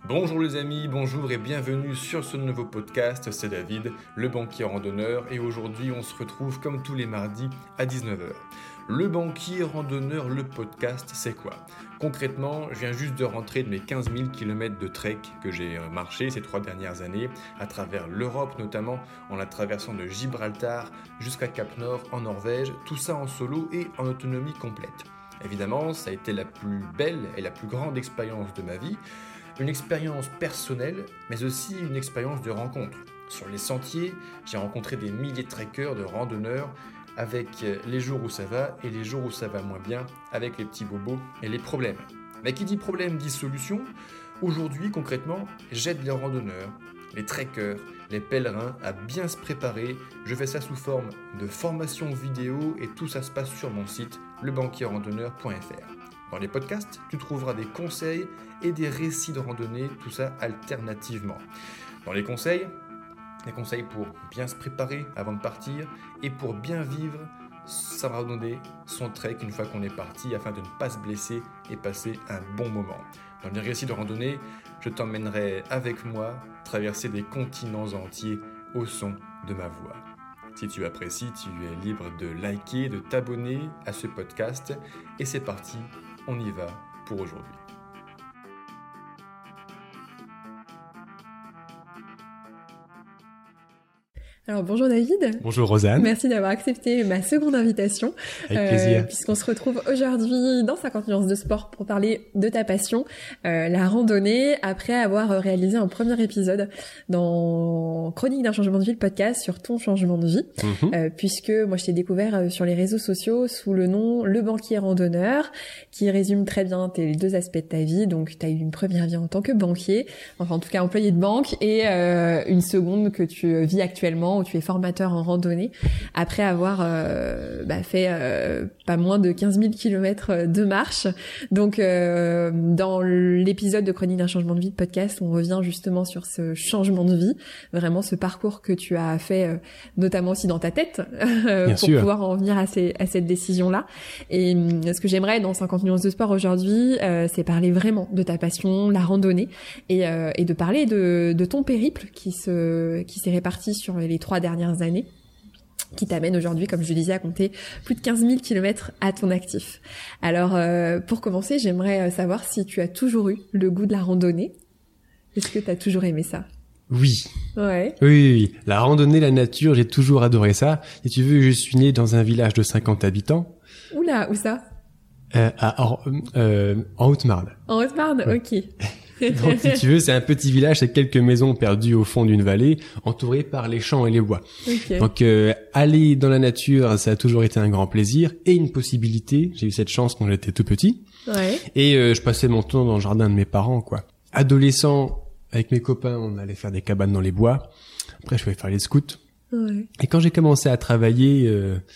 Bonjour les amis, bonjour et bienvenue sur ce nouveau podcast, c'est David, le banquier randonneur, et aujourd'hui on se retrouve comme tous les mardis à 19h. Le banquier randonneur, le podcast, c'est quoi ? Concrètement, je viens juste de rentrer de mes 15 000 km de trek que j'ai marché ces 3 dernières années, à travers l'Europe notamment, en la traversant de Gibraltar jusqu'à Cap-Nord en Norvège, tout ça en solo et en autonomie complète. Évidemment, ça a été la plus belle et la plus grande expérience de ma vie, une expérience personnelle, mais aussi une expérience de rencontre. Sur les sentiers, j'ai rencontré des milliers de trekkers, de randonneurs, avec les jours où ça va et les jours où ça va moins bien, avec les petits bobos et les problèmes. Mais qui dit problème dit solution. Aujourd'hui, concrètement, j'aide les randonneurs, les trekkers, les pèlerins à bien se préparer. Je fais ça sous forme de formation vidéo et tout ça se passe sur mon site lebanquierrandonneur.fr. Dans les podcasts, tu trouveras des conseils et des récits de randonnée, tout ça alternativement. Dans les conseils pour bien se préparer avant de partir et pour bien vivre sa randonnée, son trek une fois qu'on est parti afin de ne pas se blesser et passer un bon moment. Dans les récits de randonnée, je t'emmènerai avec moi traverser des continents entiers au son de ma voix. Si tu apprécies, tu es libre de liker, de t'abonner à ce podcast et c'est parti, on y va pour aujourd'hui. Alors bonjour David. Bonjour Rosanne. Merci d'avoir accepté ma seconde invitation. Avec plaisir. Puisqu'on se retrouve aujourd'hui dans 50 nuances de sport pour parler de ta passion, la randonnée, après avoir réalisé un premier épisode dans Chronique d'un changement de vie, le podcast sur ton changement de vie. Puisque moi je t'ai découvert sur les réseaux sociaux sous le nom Le Banquier Randonneur, qui résume très bien les deux aspects de ta vie. Donc tu as eu une première vie en tant que banquier, enfin en tout cas employé de banque, et une seconde que tu vis actuellement, où tu es formateur en randonnée, après avoir fait pas moins de 15 000 km de marche. Donc dans l'épisode de Chronique d'un changement de vie de podcast, on revient justement sur ce changement de vie, vraiment ce parcours que tu as fait, notamment aussi dans ta tête, pour pouvoir en venir à cette décision-là. Et ce que j'aimerais dans 50 nuances de sport aujourd'hui, c'est parler vraiment de ta passion, la randonnée, et de parler de ton périple qui s'est réparti sur les 3 dernières années, qui t'amène aujourd'hui, comme je le disais, à compter plus de 15 000 km à ton actif. Alors, pour commencer, j'aimerais savoir si tu as toujours eu le goût de la randonnée. Est-ce que tu as toujours aimé ça ? Oui. Ouais. Oui. La randonnée, la nature, j'ai toujours adoré ça. Si tu veux, je suis né dans un village de 50 habitants. Oula, où ça ? En Haute-Marne. En Haute-Marne, ouais. Ok. Donc, si tu veux, c'est un petit village, c'est quelques maisons perdues au fond d'une vallée, entourées par les champs et les bois. Okay. Donc, aller dans la nature, ça a toujours été un grand plaisir et une possibilité. J'ai eu cette chance quand j'étais tout petit. Ouais. Et je passais mon temps dans le jardin de mes parents, quoi. Adolescent, avec mes copains, on allait faire des cabanes dans les bois. Après, je pouvais faire les scouts. Ouais. Et quand j'ai commencé à travailler,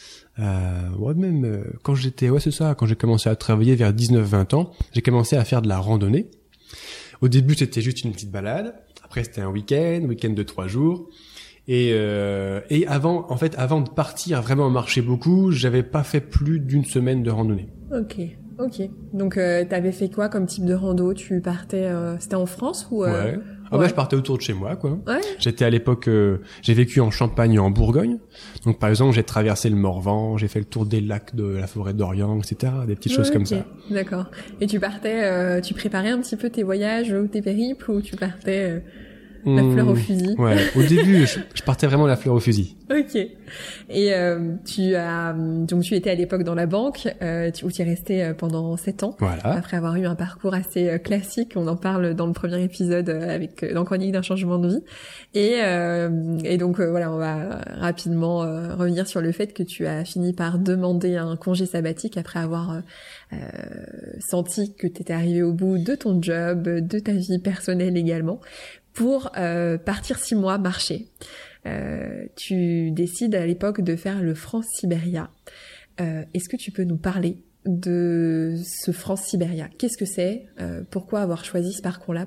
quand j'ai commencé à travailler vers 19-20 ans, j'ai commencé à faire de la randonnée. Au début, c'était juste une petite balade. Après, c'était un week-end de 3 jours. Et avant de partir vraiment marcher beaucoup, j'avais pas fait plus d'une semaine de randonnée. Ok. Donc, t'avais fait quoi comme type de rando ? Tu partais, c'était en France ou Ouais. Je partais autour de chez moi, quoi. Ouais. J'étais à l'époque, j'ai vécu en Champagne et en Bourgogne. Donc, par exemple, j'ai traversé le Morvan, j'ai fait le tour des lacs de la forêt d'Orient, etc. Des petites choses comme ça. D'accord. Et tu partais, tu préparais un petit peu tes voyages ou tes périples, ou tu partais la fleur au fusil ? Ouais. Au début, je partais vraiment la fleur au fusil. Ok. Et tu étais à l'époque dans la banque, où tu es resté pendant 7 ans. Voilà. Après avoir eu un parcours assez classique, on en parle dans le premier épisode dans Chronique d'un changement de vie. Et donc voilà, on va rapidement revenir sur le fait que tu as fini par demander un congé sabbatique après avoir senti que tu étais arrivé au bout de ton job, de ta vie personnelle également, pour partir 6 mois marcher. Tu décides à l'époque de faire le France-Sibéria. Est-ce que tu peux nous parler de ce France-Sibéria ? Qu'est-ce que c'est ? Pourquoi avoir choisi ce parcours-là pour partir ?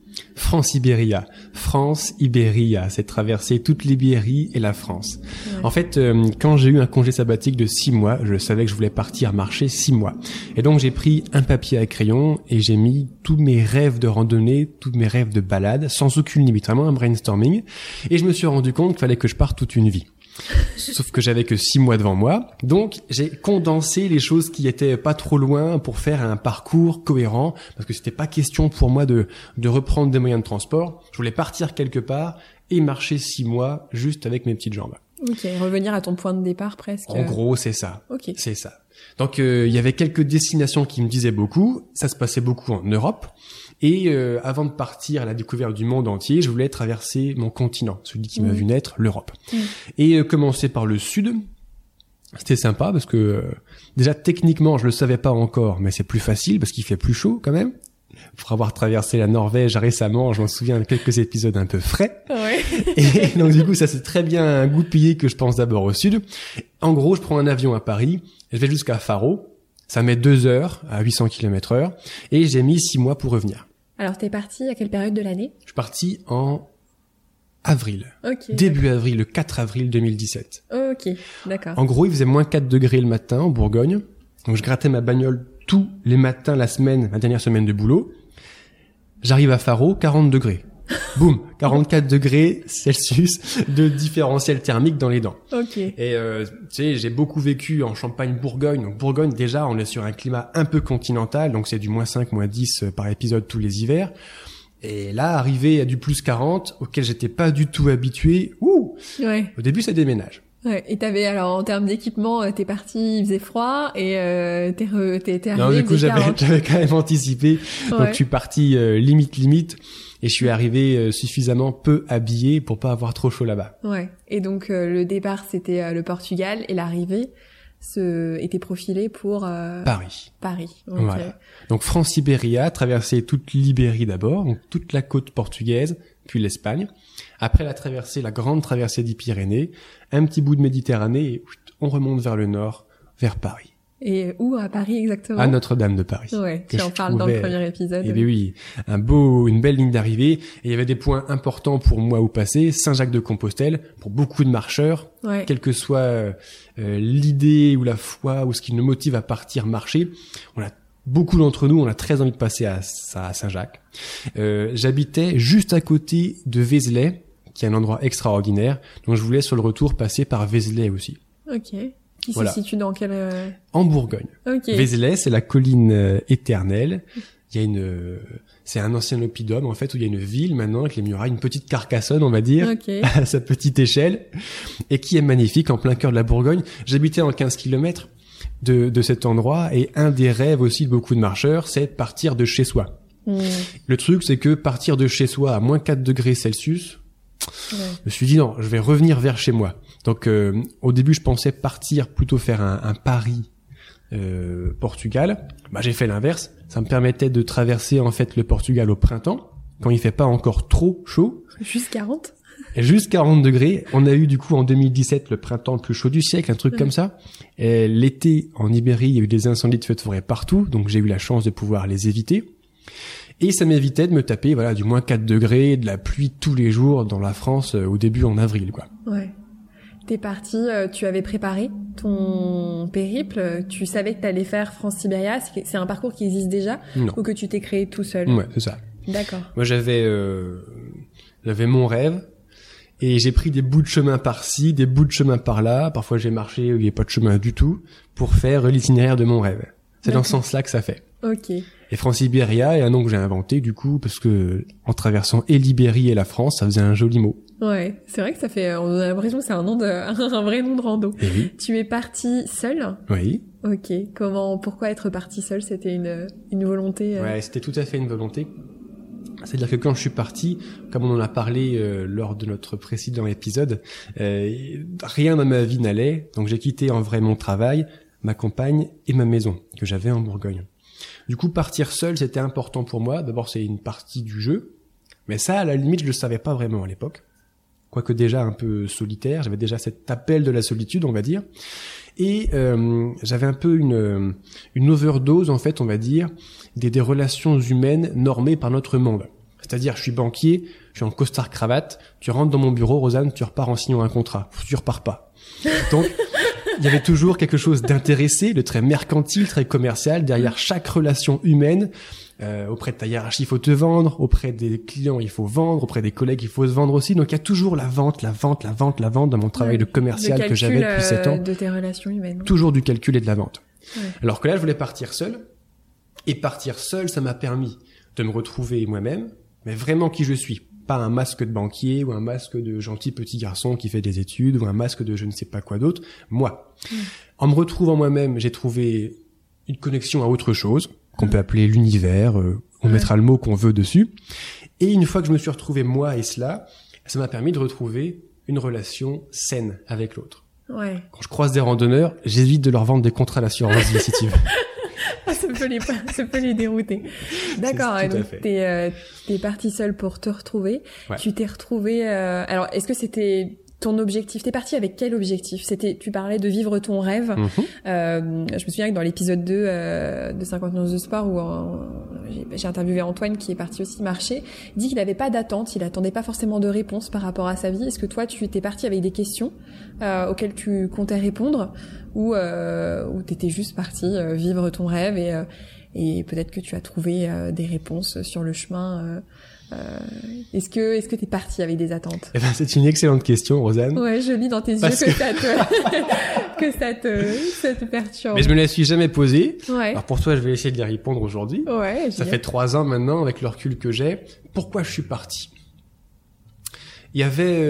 France-Ibéria. France-Ibéria, c'est traverser toute l'Ibérie et la France. Ouais. En fait, quand j'ai eu un congé sabbatique de 6 mois, je savais que je voulais partir marcher 6 mois. Et donc, j'ai pris un papier à crayon et j'ai mis tous mes rêves de randonnée, tous mes rêves de balade, sans aucune limite, vraiment un brainstorming. Et je me suis rendu compte qu'il fallait que je parte toute une vie. Sauf que j'avais que 6 mois devant moi. Donc, j'ai condensé les choses qui étaient pas trop loin pour faire un parcours cohérent. Parce que c'était pas question pour moi de reprendre des moyens de transport. Je voulais partir quelque part et marcher 6 mois juste avec mes petites jambes. Ok, revenir à ton point de départ presque. En gros, c'est ça. Ok. C'est ça. Donc, il y avait quelques destinations qui me disaient beaucoup. Ça se passait beaucoup en Europe. Et avant de partir à la découverte du monde entier, je voulais traverser mon continent, celui qui m'a vu naître, l'Europe. Et commencer par le sud, c'était sympa parce que déjà techniquement, je le savais pas encore, mais c'est plus facile parce qu'il fait plus chaud quand même. Pour avoir traversé la Norvège récemment, je m'en souviens de quelques épisodes un peu frais. Ouais. Et donc du coup, ça s'est très bien goupillé que je pense d'abord au sud. En gros, je prends un avion à Paris, je vais jusqu'à Faro. Ça met 2 heures à 800 km/h et j'ai mis 6 mois pour revenir. Alors, t'es parti à quelle période de l'année? Je suis parti en avril. Ok. Début avril, le 4 avril 2017. Ok, d'accord. En gros, il faisait moins 4 degrés le matin en Bourgogne. Donc, je grattais ma bagnole tous les matins la semaine, ma dernière semaine de boulot. J'arrive à Faro, 40 degrés. Boum, 44 degrés Celsius de différentiel thermique dans les dents. Ok. Et tu sais, j'ai beaucoup vécu en Champagne-Bourgogne. Donc Bourgogne, déjà, on est sur un climat un peu continental, donc c'est du -5, -10 par épisode tous les hivers. Et là, arrivé à du +40, auquel j'étais pas du tout habitué, Ouais. Au début, ça déménage. Ouais. Et t'avais, alors, en termes d'équipement, t'es parti, il faisait froid, et t'es arrivé, Non, du coup, il faisait 40. j'avais quand même anticipé. Ouais. Donc je suis parti limite. Et je suis arrivé suffisamment peu habillé pour pas avoir trop chaud là-bas. Ouais. Et donc le départ c'était le Portugal et l'arrivée était profilée pour Paris. Paris. Okay. Voilà. Donc France-Ibéria, traverser toute l'Ibérie d'abord, donc toute la côte portugaise, puis l'Espagne. Après la grande traversée des Pyrénées, un petit bout de Méditerranée et on remonte vers le nord, vers Paris. Et où à Paris exactement? À Notre-Dame de Paris. Ouais, tu en parles dans le premier épisode. Eh bien oui, une belle ligne d'arrivée. Et il y avait des points importants pour moi où passer. Saint-Jacques-de-Compostelle, pour beaucoup de marcheurs. Ouais. Quelle que soit l'idée ou la foi ou ce qui nous motive à partir marcher, beaucoup d'entre nous, on a très envie de passer à Saint-Jacques. J'habitais juste à côté de Vézelay, qui est un endroit extraordinaire. Donc je voulais sur le retour passer par Vézelay aussi. Ok. Qui Voilà. se situe dans quel... En Bourgogne. Ok. Vézelay, c'est la colline éternelle. Il y a c'est un ancien oppidum, en fait, où il y a une ville maintenant avec les murailles, une petite Carcassonne, on va dire, Okay. à sa petite échelle, et qui est magnifique en plein cœur de la Bourgogne. J'habitais en 15 kilomètres de cet endroit, et un des rêves aussi de beaucoup de marcheurs, c'est de partir de chez soi. Le truc, c'est que partir de chez soi à -4 degrés Celsius, ouais. Je me suis dit non, je vais revenir vers chez moi. Donc au début, je pensais partir plutôt faire un Paris Portugal. J'ai fait l'inverse. Ça me permettait de traverser en fait le Portugal au printemps, quand il fait pas encore trop chaud. Juste 40. Juste 40 degrés. On a eu du coup en 2017 le printemps le plus chaud du siècle, un truc comme ça. Et l'été en Ibérie, il y a eu des incendies de feux de forêt partout, donc j'ai eu la chance de pouvoir les éviter. Et ça m'évitait de me taper du -4 degrés, de la pluie tous les jours dans la France au début en avril, quoi. Ouais. T'es parti, tu avais préparé ton périple, tu savais que t'allais faire France-Sibéria, c'est un parcours qui existe déjà? Non. Ou que tu t'es créé tout seul? Ouais, c'est ça. D'accord. Moi j'avais mon rêve et j'ai pris des bouts de chemin par-ci, des bouts de chemin par-là, parfois j'ai marché où il n'y a pas de chemin du tout pour faire l'itinéraire de mon rêve. C'est dans ce sens-là que ça fait. Ok. Et France-Ibéria est un nom que j'ai inventé du coup parce que en traversant et l'Ibérie et la France, ça faisait un joli mot. Ouais, c'est vrai que ça fait, on a l'impression que c'est un vrai nom de rando. Et oui. Tu es parti seul? Oui. Ok. Pourquoi être parti seul? C'était une volonté? Ouais, c'était tout à fait une volonté. C'est-à-dire que quand je suis parti, comme on en a parlé lors de notre précédent épisode, rien dans ma vie n'allait. Donc j'ai quitté en vrai mon travail, ma compagne et ma maison que j'avais en Bourgogne. Du coup, partir seul, c'était important pour moi. D'abord, c'est une partie du jeu. Mais ça, à la limite, je le savais pas vraiment à l'époque. Quoique déjà un peu solitaire. J'avais déjà cet appel de la solitude, on va dire. Et j'avais un peu une overdose, en fait, on va dire, des relations humaines normées par notre monde. C'est-à-dire, je suis banquier, je suis en costard cravate, tu rentres dans mon bureau, Rosanne, tu repars en signant un contrat. Tu repars pas. Donc, il y avait toujours quelque chose d'intéressé, de très mercantile, très commercial, derrière chaque relation humaine. Auprès de ta hiérarchie, il faut te vendre. Auprès des clients, il faut vendre. Auprès des collègues, il faut se vendre aussi. Donc, il y a toujours la vente dans mon travail de commercial que j'avais depuis 7 ans. De tes relations humaines. Toujours du calcul et de la vente. Ouais. Alors que là, je voulais partir seul. Et partir seul, ça m'a permis de me retrouver moi-même, mais vraiment qui je suis. Pas un masque de banquier ou un masque de gentil petit garçon qui fait des études ou un masque de je ne sais pas quoi d'autre. Moi. En me retrouvant moi-même, j'ai trouvé une connexion à autre chose qu'on peut appeler l'univers. On mettra le mot qu'on veut dessus. Et une fois que je me suis retrouvé moi et cela, ça m'a permis de retrouver une relation saine avec l'autre. Ouais. Quand je croise des randonneurs, j'évite de leur vendre des contrats d'assurance vie si tu veux. Ça peut les dérouter. D'accord. C'est tout à Donc fait. t'es parti seul pour te retrouver. Ouais. Tu t'es retrouvé. Alors, est-ce que c'était ton objectif? T'es parti avec quel objectif? Tu parlais de vivre ton rêve. Je me souviens que dans l'épisode 2 de 50 nuances de sport où j'ai interviewé Antoine qui est parti aussi marcher, il dit qu'il n'avait pas d'attente, il attendait pas forcément de réponse par rapport à sa vie. Est-ce que toi tu t'es parti avec des questions auxquelles tu comptais répondre ou t'étais juste parti vivre ton rêve et peut-être que tu as trouvé des réponses sur le chemin? Est-ce que t'es parti avec des attentes? Eh ben, c'est une excellente question, Rosanne. Ouais, je lis dans tes yeux Parce que ça te perturbe. Mais je me la suis jamais posée. Ouais. Alors pour toi, je vais essayer de y répondre aujourd'hui. Ouais. Ça fait 3 ans maintenant, avec le recul que j'ai. Pourquoi je suis parti? Il y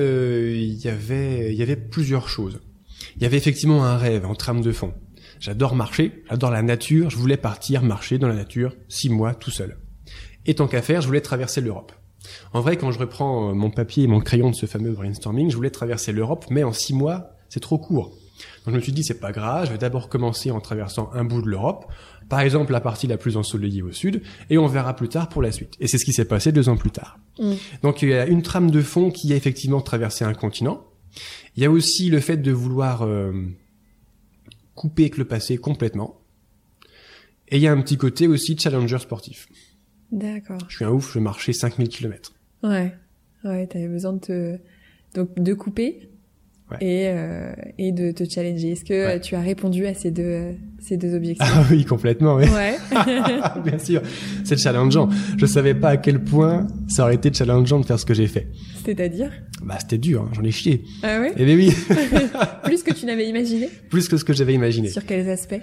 avait plusieurs choses. Il y avait effectivement un rêve en trame de fond. J'adore marcher, j'adore la nature. Je voulais partir marcher dans la nature 6 mois tout seul. Et tant qu'à faire, je voulais traverser l'Europe. En vrai, quand je reprends mon papier et mon crayon de ce fameux brainstorming, je voulais traverser l'Europe, mais en 6 mois, c'est trop court. Donc je me suis dit, c'est pas grave, je vais d'abord commencer en traversant un bout de l'Europe, par exemple la partie la plus ensoleillée au sud, et on verra plus tard pour la suite. Et c'est ce qui s'est passé 2 ans plus tard. Donc il y a une trame de fond qui a effectivement traversé un continent. Il y a aussi le fait de vouloir couper avec le passé complètement. Et il y a un petit côté aussi challenger sportif. D'accord. Je suis un ouf, je marchais 5000 km. Ouais, t'avais besoin de couper et de te challenger. Est-ce que tu as répondu à ces deux objectifs? Ah oui, complètement, oui. Ouais. Bien sûr, c'est challengeant. Je savais pas à quel point ça aurait été challengeant de faire ce que j'ai fait. C'est-à-dire? Bah, c'était dur, hein, j'en ai chié. Ah ouais? Eh ben oui. Plus que tu n'avais imaginé? Plus que ce que j'avais imaginé. Sur quels aspects?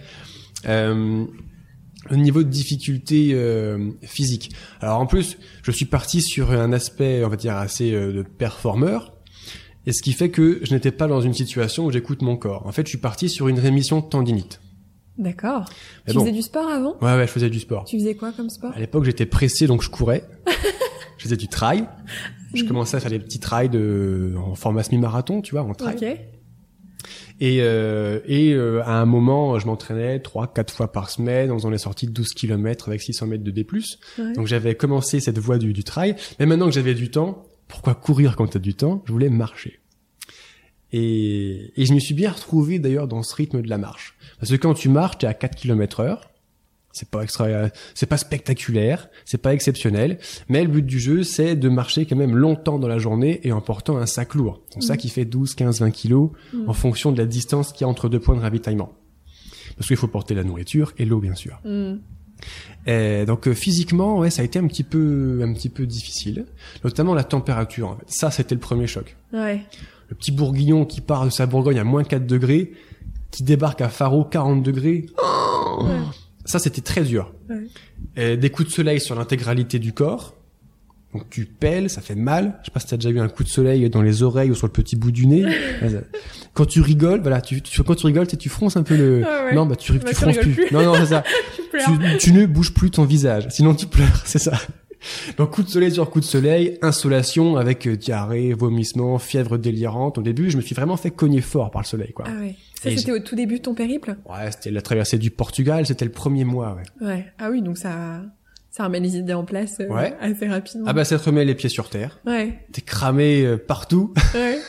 Au niveau de difficulté physique. Alors en plus, je suis parti sur un aspect, on va dire, assez de performeur, et ce qui fait que je n'étais pas dans une situation où j'écoute mon corps. En fait, je suis parti sur une rémission de tendinite. D'accord. Mais Tu faisais du sport avant? Ouais, je faisais du sport. Tu faisais quoi comme sport? À l'époque, j'étais pressé, donc je courais. Je faisais du trail. Je commençais à faire des petits trails en format semi-marathon, tu vois, en trail. Ok. Et à un moment, je m'entraînais 3-4 fois par semaine en faisant les sorties de 12 km avec 600 mètres de D+. Ouais. Donc j'avais commencé cette voie du trail. Mais maintenant que j'avais du temps, pourquoi courir quand t'as du temps? Je voulais marcher. Et je me suis bien retrouvé d'ailleurs dans ce rythme de la marche. Parce que quand tu marches, t'es à 4 km/h. C'est pas spectaculaire, c'est pas exceptionnel, mais le but du jeu, c'est de marcher quand même longtemps dans la journée et en portant un sac lourd. Ton sac, il fait 12, 15, 20 kilos en fonction de la distance qu'il y a entre 2 points de ravitaillement. Parce qu'il faut porter la nourriture et l'eau, bien sûr. Et donc physiquement, ouais, ça a été un petit peu difficile, notamment la température. En fait. Ça, c'était le premier choc. Ouais. Le petit bourguignon qui part de sa Bourgogne à moins 4 degrés, qui débarque à Faro 40 degrés. Ouais. Ça, c'était très dur. Ouais. Des coups de soleil sur l'intégralité du corps. Donc tu pèles, ça fait mal. Je sais pas si t'as déjà eu un coup de soleil dans les oreilles ou sur le petit bout du nez. Quand tu rigoles, voilà, quand tu rigoles, tu fronces un peu le... Ah ouais. Non, bah tu fronces plus. plus. Non, c'est ça. tu ne bouges plus ton visage, sinon tu pleures, c'est ça. Donc coup de soleil sur coup de soleil, insolation avec diarrhée, vomissement, fièvre délirante. Au début, je me suis vraiment fait cogner fort par le soleil, quoi. Ah ouais. Ça, c'était au tout début de ton périple? Ouais, c'était la traversée du Portugal, c'était le premier mois, ouais. Ouais. Ah oui, donc ça remet les idées en place assez rapidement. Ah bah ça te remet les pieds sur terre. Ouais. T'es cramé partout. Ouais.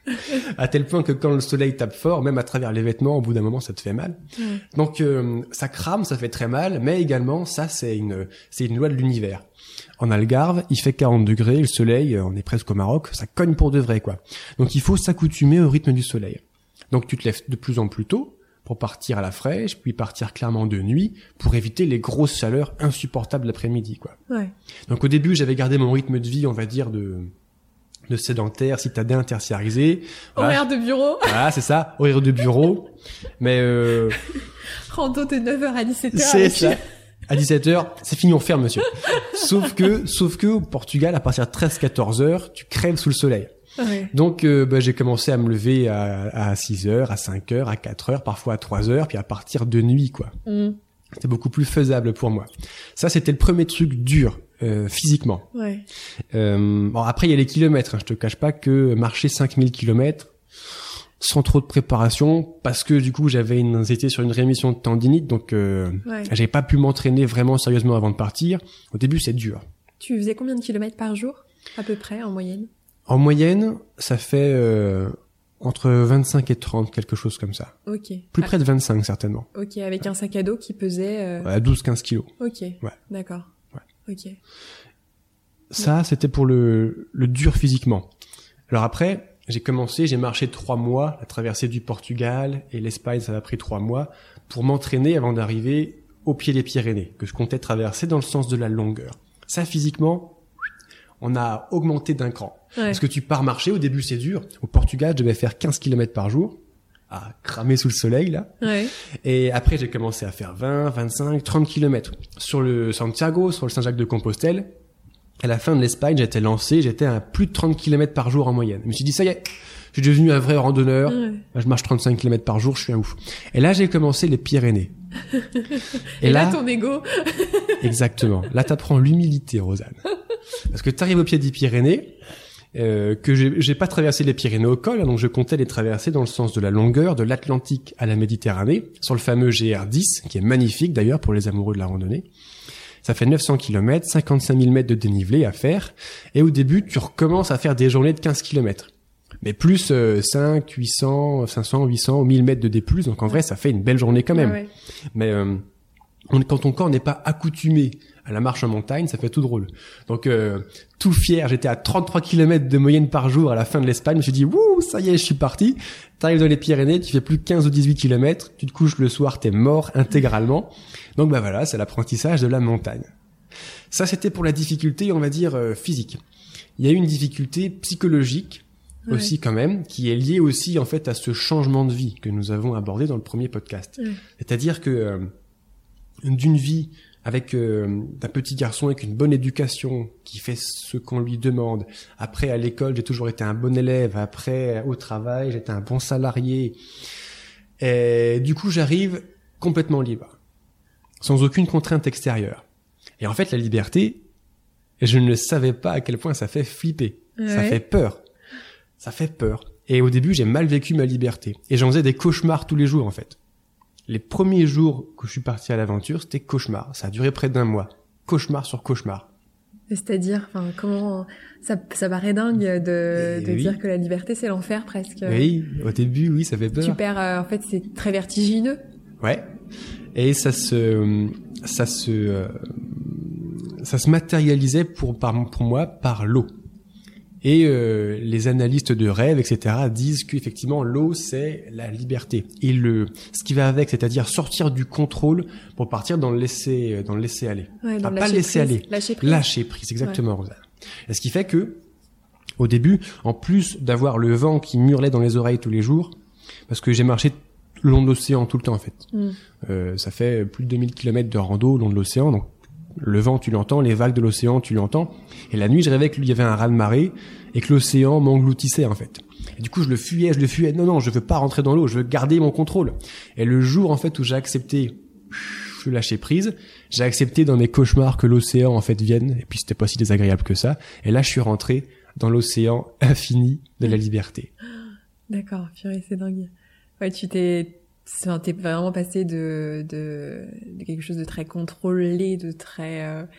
À tel point que quand le soleil tape fort, même à travers les vêtements, au bout d'un moment, ça te fait mal. Donc, ça crame, ça fait très mal, mais également, ça, c'est une loi de l'univers. En Algarve, il fait 40 degrés, le soleil, on est presque au Maroc, ça cogne pour de vrai, quoi. Donc, il faut s'accoutumer au rythme du soleil. Donc, tu te lèves de plus en plus tôt pour partir à la fraîche, puis partir clairement de nuit pour éviter les grosses chaleurs insupportables l'après-midi, quoi. Ouais. Donc, au début, j'avais gardé mon rythme de vie, on va dire, de sédentaire, citadin, tertiarisé. Horaire de bureau. Voilà, c'est ça, horaire de bureau. Mais Rando de 9h à 17h. c'est ça. À 17h, c'est fini, on ferme, monsieur. Sauf que au Portugal, à partir de 13-14 heures, tu crèves sous le soleil. Ouais. Donc, j'ai commencé à me lever à 6 heures, à 5 heures, à 4 heures, parfois à 3 heures, puis à partir de nuit, quoi. C'était beaucoup plus faisable pour moi. Ça, c'était le premier truc dur. Physiquement. Ouais. Bon, après il y a les kilomètres, hein. Je te cache pas que marcher 5000 kilomètres sans trop de préparation, parce que du coup j'étais sur une rémission de tendinite, donc j'avais pas pu m'entraîner vraiment sérieusement avant de partir. Au début c'est dur. Tu faisais combien de kilomètres par jour, à peu près, en moyenne? En moyenne, ça fait entre 25 et 30, quelque chose comme ça. Ok. Plus près de 25 certainement. Ok, avec un sac à dos qui pesait... 12-15 kilos. Ok. Ouais. D'accord. Ouais. Ok. Ça, c'était pour le dur physiquement. Alors après, j'ai marché 3 mois, la traversée du Portugal et l'Espagne, ça m'a pris 3 mois, pour m'entraîner avant d'arriver au pied des Pyrénées, que je comptais traverser dans le sens de la longueur. Ça, physiquement, on a augmenté d'un cran. Ouais. Parce que tu pars marcher, au début c'est dur. Au Portugal, je devais faire 15 km par jour, à cramer sous le soleil, là. Ouais. Et après, j'ai commencé à faire 20, 25, 30 km. Sur le Santiago, sur le Saint-Jacques-de-Compostelle, à la fin de l'Espagne, j'étais à plus de 30 km par jour en moyenne. Je me suis dit, ça y est, je suis devenu un vrai randonneur. Ouais. Je marche 35 km par jour, je suis un ouf. Et là, j'ai commencé les Pyrénées. Et là, ton ego. Exactement. Là, t'apprends l'humilité, Rosanne. Parce que t'arrives au pied des Pyrénées, que j'ai pas traversé les Pyrénées au col, hein, donc je comptais les traverser dans le sens de la longueur, de l'Atlantique à la Méditerranée, sur le fameux GR10, qui est magnifique d'ailleurs pour les amoureux de la randonnée. Ça fait 900 km, 55 000 mètres de dénivelé à faire. Et au début, tu recommences à faire des journées de 15 km. Mais plus 5, 800, 500, 800, 1000 mètres de D+. Donc en vrai, ça fait une belle journée quand même. Ouais. Mais quand ton corps n'est pas accoutumé à la marche en montagne, ça fait tout drôle. Donc tout fier, j'étais à 33 km de moyenne par jour à la fin de l'Espagne. Je me suis dit, wouh, ça y est, je suis parti. T'arrives dans les Pyrénées, tu fais plus que 15 ou 18 km, tu te couches le soir, t'es mort intégralement. Donc bah voilà, c'est l'apprentissage de la montagne. Ça, c'était pour la difficulté, on va dire, physique. Il y a eu une difficulté psychologique aussi quand même, qui est liée aussi en fait à ce changement de vie que nous avons abordé dans le premier podcast. C'est-à-dire que d'une vie avec d'un petit garçon avec une bonne éducation, qui fait ce qu'on lui demande. Après, à l'école, j'ai toujours été un bon élève. Après, au travail, j'étais un bon salarié. Et du coup, j'arrive complètement libre, sans aucune contrainte extérieure. Et en fait, la liberté, je ne savais pas à quel point ça fait flipper. Ouais. Ça fait peur. Ça fait peur. Et au début, j'ai mal vécu ma liberté. Et j'en faisais des cauchemars tous les jours, en fait. Les premiers jours que je suis parti à l'aventure, c'était cauchemar. Ça a duré près d'1 mois. Cauchemar sur cauchemar. C'est-à-dire, enfin, comment ça paraît dingue de dire que la liberté c'est l'enfer presque. Oui, au début, oui, ça fait peur. Tu perds, en fait, c'est très vertigineux. Ouais. Et ça se matérialisait pour moi par l'eau. Et les analystes de rêve, etc., disent qu'effectivement l'eau c'est la liberté et ce qui va avec, c'est-à-dire sortir du contrôle pour partir dans le laisser aller. Ouais, dans pas le laisser aller, lâcher prise, exactement. Ouais. Et ce qui fait que au début, en plus d'avoir le vent qui m'hurlait dans les oreilles tous les jours, parce que j'ai marché le long de l'océan tout le temps en fait. Ça fait plus de 2000 km de rando le long de l'océan, donc le vent, tu l'entends, les vagues de l'océan, tu l'entends. Et la nuit, je rêvais qu'il y avait un raz-de-marée et que l'océan m'engloutissait, en fait. Et du coup, je le fuyais. Non, je veux pas rentrer dans l'eau, je veux garder mon contrôle. Et le jour, en fait, où j'ai accepté de lâcher prise, j'ai accepté dans mes cauchemars que l'océan, en fait, vienne. Et puis, c'était pas si désagréable que ça. Et là, je suis rentré dans l'océan infini de la liberté. D'accord, purée, c'est dingue. Ouais, t'es vraiment passé de quelque chose de très contrôlé, de très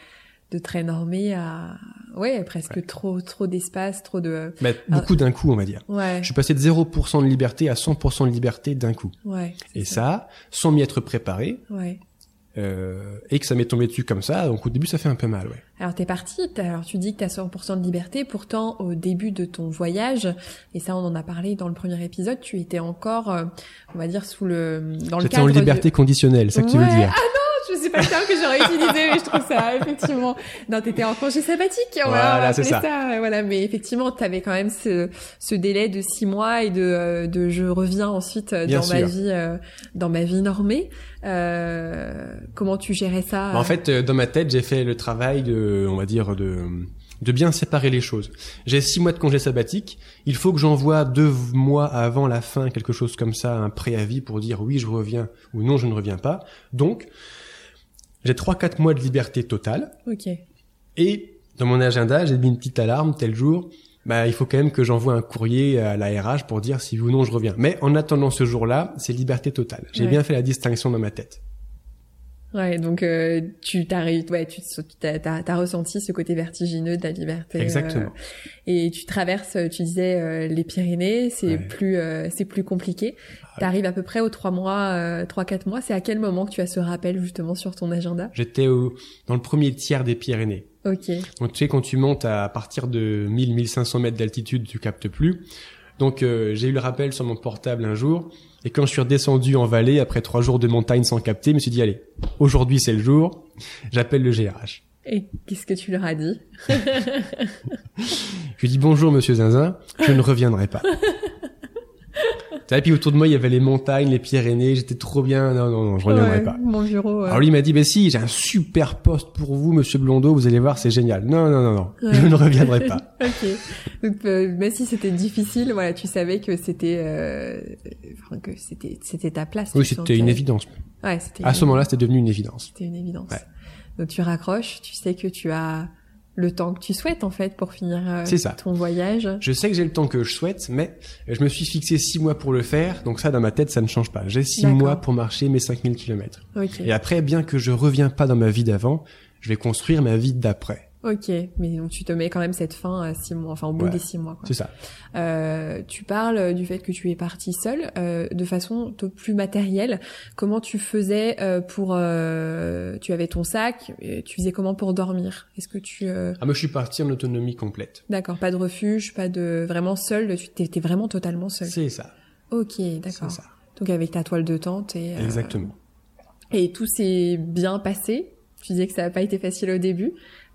très normé à presque trop d'espace, trop de beaucoup d'un coup, on va dire. Ouais. Je suis passé de 0% de liberté à 100% de liberté d'un coup. Ouais. Et ça, sans m'y être préparé. Ouais. Et que ça m'est tombé dessus comme ça, donc au début ça fait un peu mal, ouais. Alors tu dis que t'as 100% de liberté, pourtant au début de ton voyage, et ça on en a parlé dans le premier épisode, tu étais encore, on va dire J'étais en liberté conditionnelle, c'est ça que tu veux dire. Ah non, je sais pas le terme que j'aurais utilisé, mais je trouve ça, effectivement. Non, t'étais en congé sabbatique, voilà, c'est ça. Voilà, mais effectivement, t'avais quand même ce délai de 6 mois et de je reviens ensuite dans ma vie normée. Comment tu gérais ça? En fait, dans ma tête, j'ai fait le travail de bien séparer les choses. J'ai 6 mois de congé sabbatique. Il faut que j'envoie 2 mois avant la fin, quelque chose comme ça, un préavis pour dire oui, je reviens ou non, je ne reviens pas. Donc, j'ai 3-4 mois de liberté totale. Ok. Et dans mon agenda, j'ai mis une petite alarme, tel jour. Il faut quand même que j'envoie un courrier à la RH pour dire si oui ou non je reviens. Mais en attendant ce jour-là, c'est liberté totale. J'ai bien fait la distinction dans ma tête. Ouais, donc t'as ressenti ce côté vertigineux de la liberté. Exactement. Et tu traverses, tu disais les Pyrénées, c'est plus compliqué. T'arrives à peu près aux 3 mois, 3-4 mois. C'est à quel moment que tu as ce rappel justement sur ton agenda? J'étais dans le premier tiers des Pyrénées. Ok. Donc tu sais, quand tu montes à partir de 1000-1500 mètres d'altitude, tu captes plus. Donc j'ai eu le rappel sur mon portable un jour. Et quand je suis redescendu en vallée, après 3 jours de montagne sans capter, je me suis dit, allez, aujourd'hui c'est le jour, j'appelle le GRH. Et qu'est-ce que tu leur as dit? Je lui ai dit, bonjour monsieur Zinzin, je ne reviendrai pas. Et puis autour de moi, il y avait les montagnes, les Pyrénées, j'étais trop bien, non, je reviendrai pas. Mon bureau. Alors lui, il m'a dit, si, j'ai un super poste pour vous, monsieur Blondeau, vous allez voir, c'est génial. Non, je ne reviendrai pas. Ok. Donc, même si c'était difficile, voilà, tu savais que c'était ta place. Oui, c'était une évidence. Ouais, à ce moment-là, c'était devenu une évidence. C'était une évidence. Ouais. Donc tu raccroches, tu sais que tu as le temps que tu souhaites en fait pour finir ton voyage. Je sais que j'ai le temps que je souhaite, mais je me suis fixé 6 mois pour le faire, donc ça dans ma tête ça ne change pas. J'ai 6 mois pour marcher mes 5000 km. Okay. Et après, bien que je reviens pas dans ma vie d'avant, je vais construire ma vie d'après. Ok, mais donc tu te mets quand même cette fin à 6 mois, enfin au bout des 6 mois. Quoi. C'est ça. Tu parles du fait que tu es partie seule, de façon plus matérielle. Comment tu faisais tu avais ton sac, tu faisais comment pour dormir? Est-ce que tu moi je suis parti en autonomie complète. D'accord, pas de refuge, pas de vraiment seul. Tu étais vraiment totalement seul. C'est ça. Ok, d'accord. C'est ça. Donc avec ta toile de tente et. Exactement. Et tout s'est bien passé. Tu disais que ça n'a pas été facile au début.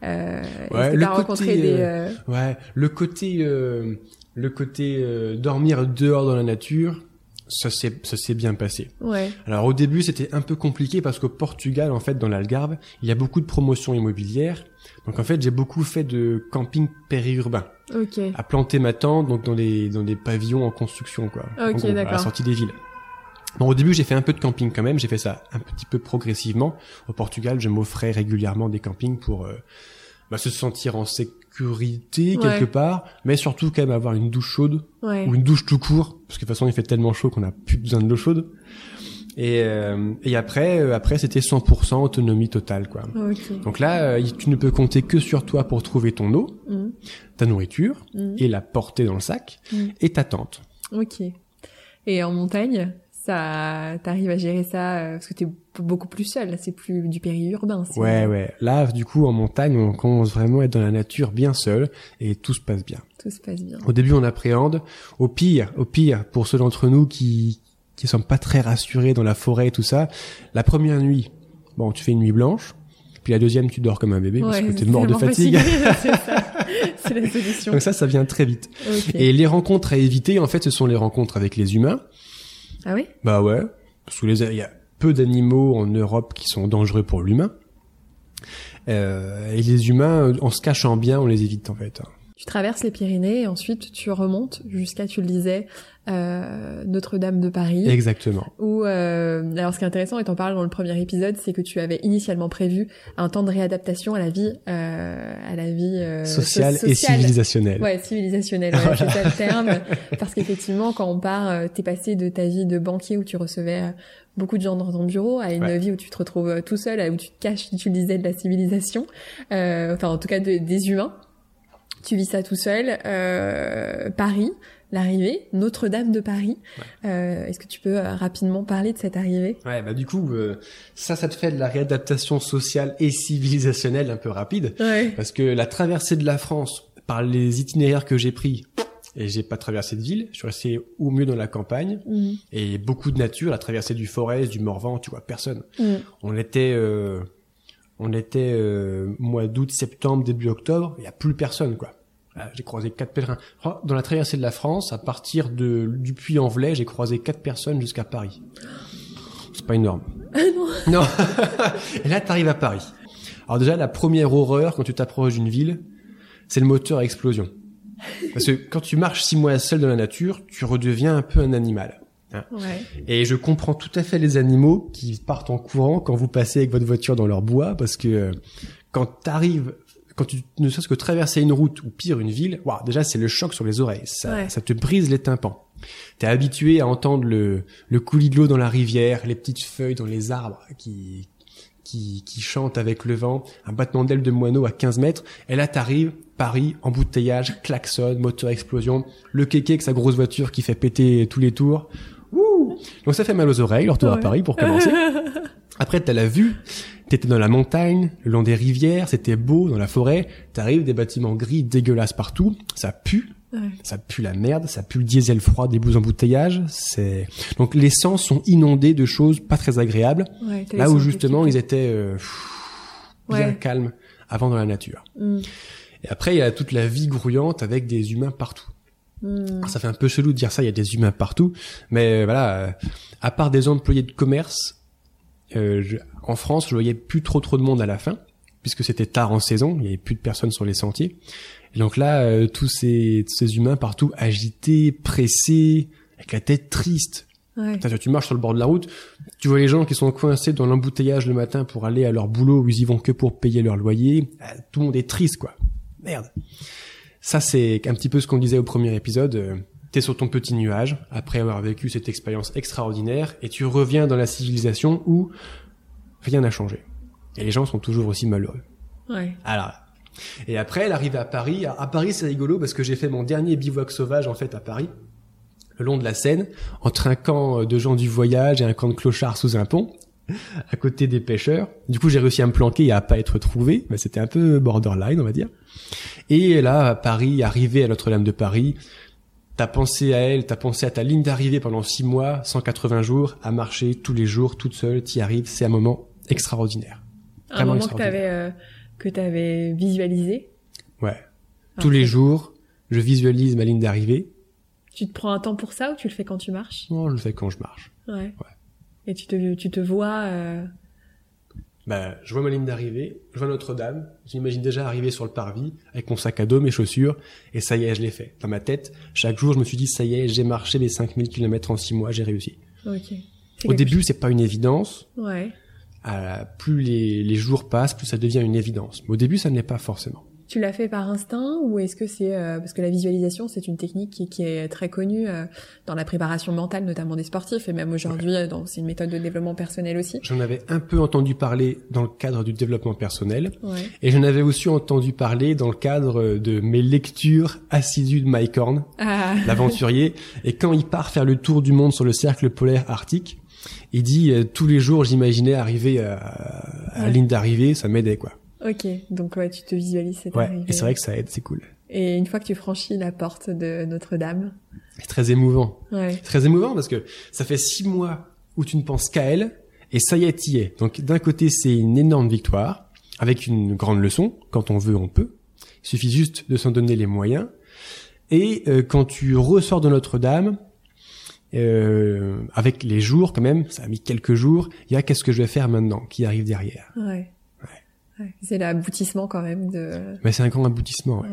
Le côté dormir dehors dans la nature, ça s'est bien passé. Ouais. Alors au début, c'était un peu compliqué parce qu'au Portugal, en fait, dans l'Algarve, il y a beaucoup de promotions immobilières. Donc en fait, j'ai beaucoup fait de camping périurbain. Ok. À planter ma tente, donc dans des pavillons en construction, quoi. Ok, d'accord. À la sortie des villes. Bon, au début, j'ai fait un peu de camping quand même. J'ai fait ça un petit peu progressivement. Au Portugal, je m'offrais régulièrement des campings pour se sentir en sécurité quelque part, mais surtout quand même avoir une douche chaude ou une douche tout court, parce que de toute façon, il fait tellement chaud qu'on n'a plus besoin de l'eau chaude. Et après, c'était 100% autonomie totale, quoi. Okay. Donc là, tu ne peux compter que sur toi pour trouver ton eau, ta nourriture et la porter dans le sac et ta tente. Ok. Et en montagne? T'arrives à gérer ça parce que t'es beaucoup plus seul, là, c'est plus du périurbain. Ouais. Là, du coup, en montagne, on commence vraiment à être dans la nature bien seul et tout se passe bien. Tout se passe bien. Au début, on appréhende. Au pire, pour ceux d'entre nous qui sont pas très rassurés dans la forêt et tout ça, la première nuit, tu fais une nuit blanche. Puis la deuxième, tu dors comme un bébé parce que t'es mort de fatigue. C'est ça. C'est la solution. Donc ça vient très vite. Okay. Et les rencontres à éviter, en fait, ce sont les rencontres avec les humains. Ah oui? Bah ouais, parce que il y a peu d'animaux en Europe qui sont dangereux pour l'humain. Et les humains, en se cachant bien, on les évite en fait. Tu traverses les Pyrénées et ensuite tu remontes jusqu'à, tu le disais, Notre-Dame de Paris. Exactement. Où, alors ce qui est intéressant, et t'en parles dans le premier épisode, c'est que tu avais initialement prévu un temps de réadaptation à la vie sociale et civilisationnelle. Ouais, civilisationnelle, ouais, voilà. C'est ça le terme. Parce qu'effectivement, quand on part, t'es passé de ta vie de banquier où tu recevais beaucoup de gens dans ton bureau à une vie où tu te retrouves tout seul, où tu te caches, tu le disais, de la civilisation, enfin en tout cas des humains. Tu vis ça tout seul. Paris, l'arrivée, Notre-Dame de Paris. Ouais. Est-ce que tu peux rapidement parler de cette arrivée ? Ouais, bah du coup, ça te fait de la réadaptation sociale et civilisationnelle un peu rapide. Ouais. Parce que la traversée de la France, par les itinéraires que j'ai pris, et j'ai pas traversé de ville, je suis resté au mieux dans la campagne, et beaucoup de nature, la traversée du Forez, du Morvan, tu vois, personne. On était mois d'août, septembre, début octobre, il y a plus personne, quoi. J'ai croisé 4 pèlerins. Dans la traversée de la France, à partir du Puy-en-Velay, j'ai croisé 4 personnes jusqu'à Paris. C'est pas énorme. Non. Et là, t'arrives à Paris. Alors déjà, la première horreur quand tu t'approches d'une ville, c'est le moteur à explosion. Parce que quand tu marches 6 mois seul dans la nature, tu redeviens un peu un animal. Hein. Ouais. Et je comprends tout à fait les animaux qui partent en courant quand vous passez avec votre voiture dans leur bois, parce que quand tu ne serait-ce que traverser une route ou pire une ville, déjà c'est le choc sur les oreilles, ça te brise les tympans. T'es habitué à entendre le coulis de l'eau dans la rivière, les petites feuilles dans les arbres qui chantent avec le vent, un battement d'ailes de moineau à 15 mètres, et là t'arrives, Paris, embouteillage, klaxon, moteur explosion, le kéké avec sa grosse voiture qui fait péter tous les tours. Ouh. Donc ça fait mal aux oreilles, le retour à Paris pour commencer. Après t'as la vue, t'étais dans la montagne, le long des rivières, c'était beau, dans la forêt, t'arrives, des bâtiments gris dégueulasses partout, ça pue. Ouais. Ça pue la merde, ça pue le diesel froid des bouts embouteillages. Donc les sens sont inondés de choses pas très agréables. Ouais, là où justement ils étaient bien calmes avant dans la nature. Et après il y a toute la vie grouillante avec des humains partout. Alors, ça fait un peu chelou de dire ça, il y a des humains partout, mais voilà, à part des employés de commerce, en France je voyais plus trop de monde à la fin, puisque c'était tard en saison, il y avait plus de personnes sur les sentiers. Et donc là, tous ces humains partout agités, pressés, avec la tête triste. Ouais. Tu marches sur le bord de la route, tu vois les gens qui sont coincés dans l'embouteillage le matin pour aller à leur boulot où ils y vont que pour payer leur loyer. Tout le monde est triste, quoi. Merde. Ça, c'est un petit peu ce qu'on disait au premier épisode. T'es sur ton petit nuage, après avoir vécu cette expérience extraordinaire, et tu reviens dans la civilisation où rien n'a changé. Et les gens sont toujours aussi malheureux. Ouais. Alors, et après, l'arrivée à Paris. À Paris, c'est rigolo parce que j'ai fait mon dernier bivouac sauvage, en fait, à Paris, le long de la Seine, entre un camp de gens du voyage et un camp de clochards sous un pont, à côté des pêcheurs. Du coup, j'ai réussi à me planquer et à pas être trouvé. Bah, c'était un peu borderline, on va dire. Et là, à Paris, arrivé à Notre-Dame de Paris, t'as pensé à ta ligne d'arrivée pendant 6 mois, 180 jours, à marcher tous les jours, toute seule, t'y arrives. C'est un moment extraordinaire. Un moment que t'avais visualisé. Ouais. Tous les jours, je visualise ma ligne d'arrivée. Tu te prends un temps pour ça ou tu le fais quand tu marches ? Non, je le fais quand je marche. Ouais. Et tu te vois... je vois ma ligne d'arrivée, je vois Notre-Dame, j'imagine déjà arriver sur le parvis, avec mon sac à dos, mes chaussures, et ça y est, je l'ai fait. Dans ma tête, chaque jour, je me suis dit, ça y est, j'ai marché les 5000 km en 6 mois, j'ai réussi. Ok. Au début, c'est pas une évidence. Ouais. Plus les jours passent, plus ça devient une évidence. Mais au début, ça ne l'est pas forcément. Tu l'as fait par instinct ou est-ce que c'est parce que la visualisation c'est une technique qui est très connue dans la préparation mentale notamment des sportifs et même aujourd'hui c'est une méthode de développement personnel aussi. J'en avais un peu entendu parler dans le cadre du développement personnel et j'en avais aussi entendu parler dans le cadre de mes lectures assidues de Mike Horn, l'aventurier, et quand il part faire le tour du monde sur le cercle polaire arctique, il dit tous les jours j'imaginais arriver à la ligne d'arrivée, ça m'aidait quoi. Ok, donc tu te visualises cette arrivée. Et c'est vrai que ça aide, c'est cool. Et une fois que tu franchis la porte de Notre-Dame... C'est très émouvant. Ouais. C'est très émouvant parce que ça fait 6 mois où tu ne penses qu'à elle, et ça y est, t'y es. Donc d'un côté, c'est une énorme victoire, avec une grande leçon, quand on veut, on peut. Il suffit juste de s'en donner les moyens. Et quand tu ressors de Notre-Dame, avec les jours quand même, ça a mis quelques jours, il y a qu'est-ce que je vais faire maintenant, qui arrive derrière. Ouais. C'est l'aboutissement quand même de... Mais c'est un grand aboutissement, ouais.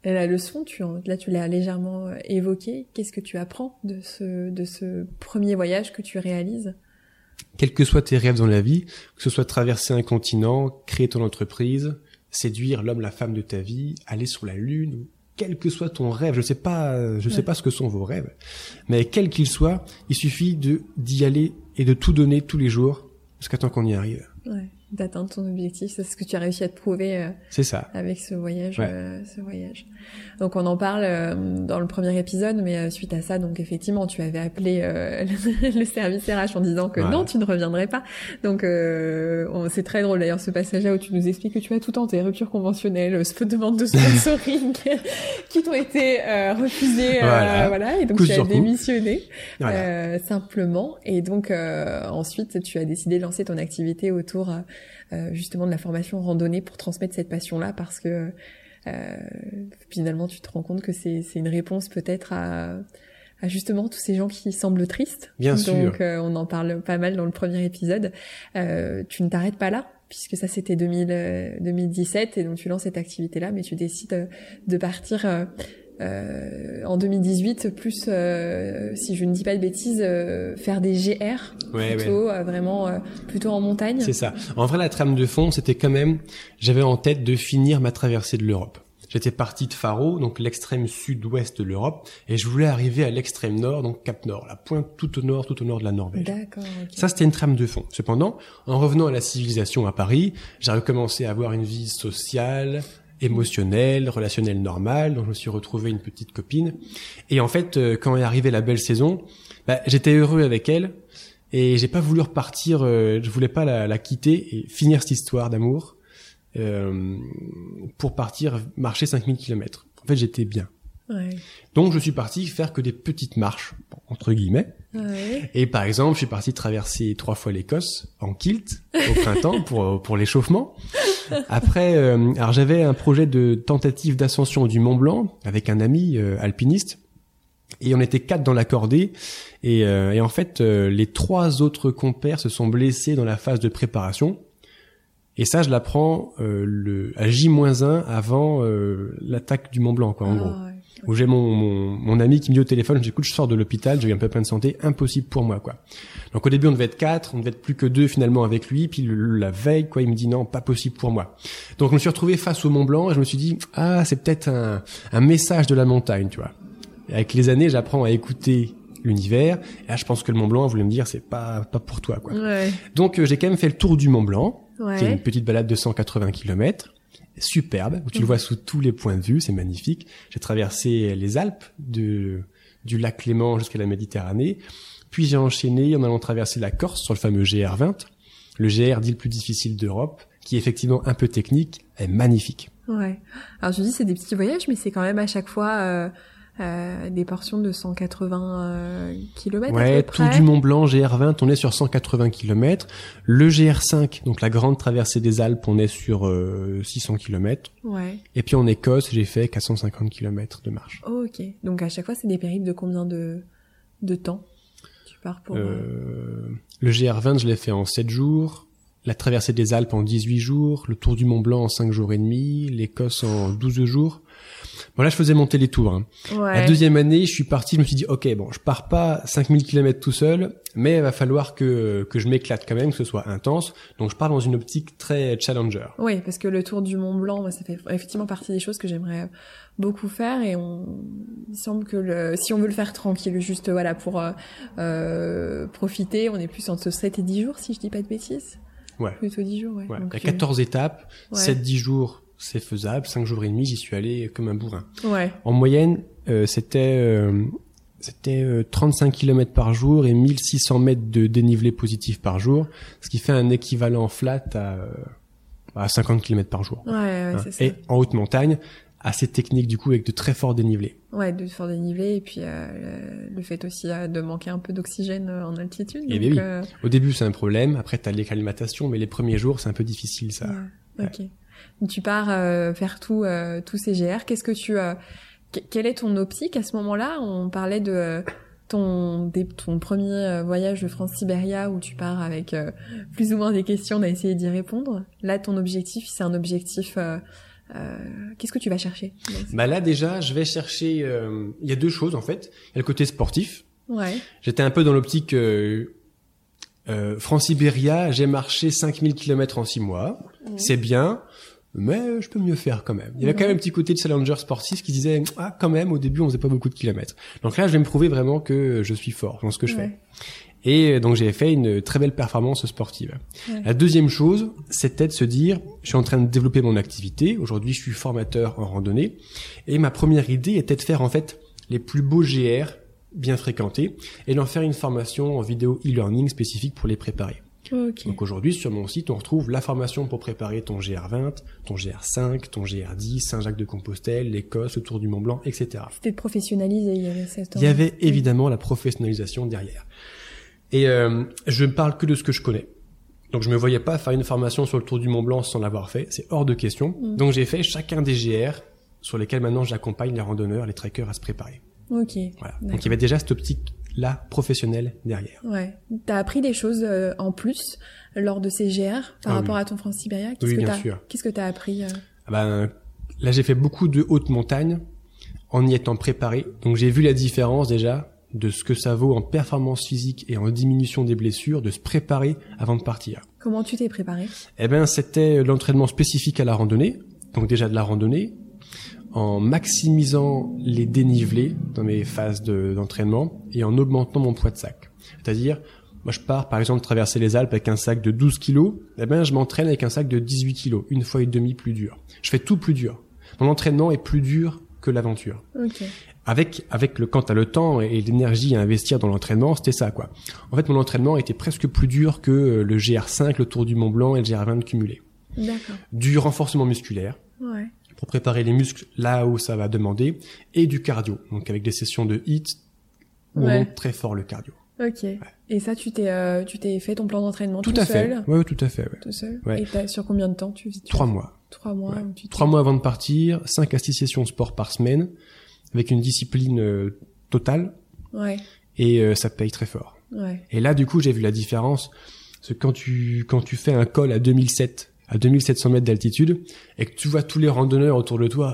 Et la leçon, tu l'as légèrement évoqué. Qu'est-ce que tu apprends de ce premier voyage que tu réalises? Quels que soient tes rêves dans la vie, que ce soit traverser un continent, créer ton entreprise, séduire l'homme, la femme de ta vie, aller sur la lune, quel que soit ton rêve, je sais pas ce que sont vos rêves, mais quel qu'il soit, il suffit d'y aller et de tout donner tous les jours jusqu'à temps qu'on y arrive. Ouais, d'atteindre ton objectif, c'est ce que tu as réussi à te prouver. C'est ça. Avec ce voyage, Donc on en parle dans le premier épisode, mais suite à ça, donc effectivement, tu avais appelé le service RH en disant que non, tu ne reviendrais pas. Donc c'est très drôle d'ailleurs ce passage-là où tu nous expliques que tu as tout tenté, rupture conventionnelle, demande de sponsoring qui t'ont été refusées, et donc tu as démissionné simplement. Et donc ensuite, tu as décidé de lancer ton activité autour justement de la formation randonnée pour transmettre cette passion-là, parce que finalement tu te rends compte que c'est une réponse peut-être à justement tous ces gens qui semblent tristes. Bien sûr. Donc on en parle pas mal dans le premier épisode. Tu ne t'arrêtes pas là, puisque ça c'était 2017 et donc tu lances cette activité-là, mais tu décides de partir en 2018 plus si je ne dis pas de bêtises faire des GR plutôt en montagne. C'est ça. En vrai, la trame de fond, c'était quand même, j'avais en tête de finir ma traversée de l'Europe. J'étais parti de Faro, donc l'extrême sud-ouest de l'Europe, et je voulais arriver à l'extrême nord, donc Cap Nord, la pointe tout au nord de la Norvège. D'accord. Okay. Ça, c'était une trame de fond. Cependant, en revenant à la civilisation à Paris, j'ai recommencé à avoir une vie sociale, émotionnelle, relationnelle normale, donc je me suis retrouvé une petite copine. Et en fait, quand est arrivée la belle saison, j'étais heureux avec elle, et j'ai pas voulu repartir, je voulais pas la quitter et finir cette histoire d'amour, pour partir marcher 5000 km. En fait, j'étais bien. Ouais. Donc, je suis parti faire que des petites marches, entre guillemets. Ouais. Et par exemple, je suis parti traverser 3 fois l'Écosse en kilt au printemps pour l'échauffement. Après, alors j'avais un projet de tentative d'ascension du Mont Blanc avec un ami alpiniste. Et on était 4 dans la cordée. Et en fait, les 3 autres compères se sont blessés dans la phase de préparation. Et ça, je l'apprends à J-1 avant l'attaque du Mont Blanc, quoi, en gros. Ouais. Où j'ai mon ami qui me dit au téléphone, je dis, écoute, je sors de l'hôpital, j'ai eu un pépin de santé, impossible pour moi, quoi. Donc au début, on devait être 4, on devait être plus que 2 finalement avec lui, puis la veille, quoi, il me dit non, pas possible pour moi. Donc je me suis retrouvé face au Mont Blanc et je me suis dit, c'est peut-être un message de la montagne, tu vois. Et avec les années, j'apprends à écouter l'univers, et là, je pense que le Mont Blanc voulait me dire, c'est pas pour toi, quoi. Ouais. Donc j'ai quand même fait le tour du Mont Blanc, qui est une Ouais. petite balade de 180 km. Superbe, où tu le vois sous tous les points de vue, c'est magnifique. J'ai traversé les Alpes du lac Léman jusqu'à la Méditerranée, puis j'ai enchaîné en allant traverser la Corse sur le fameux GR20, le GR dit le plus difficile d'Europe, qui est effectivement un peu technique, est magnifique. Ouais. Alors je dis c'est des petits voyages, mais c'est quand même à chaque fois des portions de 180 km à Ouais, peu tout près. du Mont Blanc, GR20, on est sur 180 km. Le GR5, donc la grande traversée des Alpes, on est sur 600 km. Ouais. Et puis en Écosse, j'ai fait 450 km de marche. Oh, ok. Donc à chaque fois c'est des périples de combien de temps tu pars pour Le GR20, je l'ai fait en 7 jours. La traversée des Alpes en 18 jours. Le tour du Mont Blanc en 5 jours et demi. L'Écosse en 12 jours. Bon, là, je faisais monter les tours. Hein. Ouais. La deuxième année, je suis parti, je me suis dit, ok, bon, je pars pas 5000 km tout seul, mais il va falloir que je m'éclate quand même, que ce soit intense. Donc, je pars dans une optique très challenger. Oui, parce que le tour du Mont Blanc, moi, ça fait effectivement partie des choses que j'aimerais beaucoup faire, et il semble que si on veut le faire tranquille, juste voilà pour profiter, on est plus entre 7 et 10 jours, si je dis pas de bêtises. Ouais. Plutôt 10 jours, ouais. Ouais. Donc, Il y a 14 étapes, ouais. 7-10 jours, c'est faisable. 5 jours et demi, j'y suis allé comme un bourrin. Ouais. En moyenne, c'était 35 km par jour et 1600 mètres de dénivelé positif par jour, ce qui fait un équivalent flat à 50 km par jour. Ouais, c'est ça. Et en haute montagne, assez technique du coup, avec de très forts dénivelés. Ouais, de fort dénivelé, et puis le fait aussi de manquer un peu d'oxygène en altitude. Et donc, oui. Au début, c'est un problème. Après, t'as l'acclimatation, mais les premiers jours, c'est un peu difficile, ça. Ouais. Ok. Donc, tu pars faire tous ces GR. Qu'est-ce que quelle est ton optique à ce moment-là? On parlait de ton premier voyage de France-Sibéria où tu pars avec plus ou moins des questions, on a essayé d'y répondre. Là, ton objectif, c'est un objectif Qu'est-ce que tu vas chercher? Bah là déjà, je vais chercher. Il y a deux choses en fait. Il y a le côté sportif. Ouais. J'étais un peu dans l'optique France-Sibéria. J'ai marché 5000 km en 6 mois. C'est bien. Mais je peux mieux faire quand même. Il y avait quand même un petit côté de challenger sportif qui disait quand même au début on faisait pas beaucoup de kilomètres. Donc là je vais me prouver vraiment que je suis fort dans ce que je fais. Et donc j'ai fait une très belle performance sportive. Ouais. La deuxième chose, c'était de se dire je suis en train de développer mon activité. Aujourd'hui je suis formateur en randonnée et ma première idée était de faire en fait les plus beaux GR bien fréquentés et d'en faire une formation en vidéo e-learning spécifique pour les préparer. Okay. Donc aujourd'hui, sur mon site, on retrouve la formation pour préparer ton GR20, ton GR5, ton GR10, Saint-Jacques-de-Compostelle, l'Écosse, le Tour du Mont-Blanc, etc. C'était de professionnaliser, il y avait cette... Il y avait évidemment la professionnalisation derrière. Et je ne parle que de ce que je connais. Donc je me voyais pas faire une formation sur le Tour du Mont-Blanc sans l'avoir fait, c'est hors de question. Donc j'ai fait chacun des GR sur lesquels maintenant j'accompagne les randonneurs, les trekkers à se préparer. Ok. Voilà. Donc il y avait déjà cette optique là professionnel derrière. Ouais. T'as appris des choses en plus lors de ces GR par rapport à ton France-Sibéria? Oui, bien sûr. Qu'est-ce que t'as appris Là, j'ai fait beaucoup de hautes montagnes en y étant préparé. Donc, j'ai vu la différence déjà de ce que ça vaut en performance physique et en diminution des blessures de se préparer avant de partir. Comment tu t'es préparé? C'était l'entraînement spécifique à la randonnée. Donc, déjà de la randonnée, en maximisant les dénivelés dans mes phases d'entraînement et en augmentant mon poids de sac. C'est-à-dire, moi je pars par exemple traverser les Alpes avec un sac de 12 kilos, je m'entraîne avec un sac de 18 kilos, une fois et demie plus dur. Je fais tout plus dur. Mon entraînement est plus dur que l'aventure. Okay. Avec quand t'as le temps et l'énergie à investir dans l'entraînement, c'était ça quoi. En fait, mon entraînement était presque plus dur que le GR5, le Tour du Mont Blanc et le GR20 cumulés. D'accord. Du renforcement musculaire. Ouais. Pour préparer les muscles là où ça va demander, et du cardio, donc avec des sessions de HIIT où on monte très fort le cardio. Ok. Ouais. Et ça, tu t'es fait ton plan d'entraînement tout seul? Ouais, tout à fait. Ouais. Tout seul. Ouais. Et sur combien de temps 3 mois. 3 mois. Ouais. 3 mois avant de partir, 5 à 6 sessions de sport par semaine, avec une discipline totale. Ouais. Et ça paye très fort. Ouais. Et là, du coup, j'ai vu la différence. Parce que quand tu fais un col à 2700 mètres d'altitude, et que tu vois tous les randonneurs autour de toi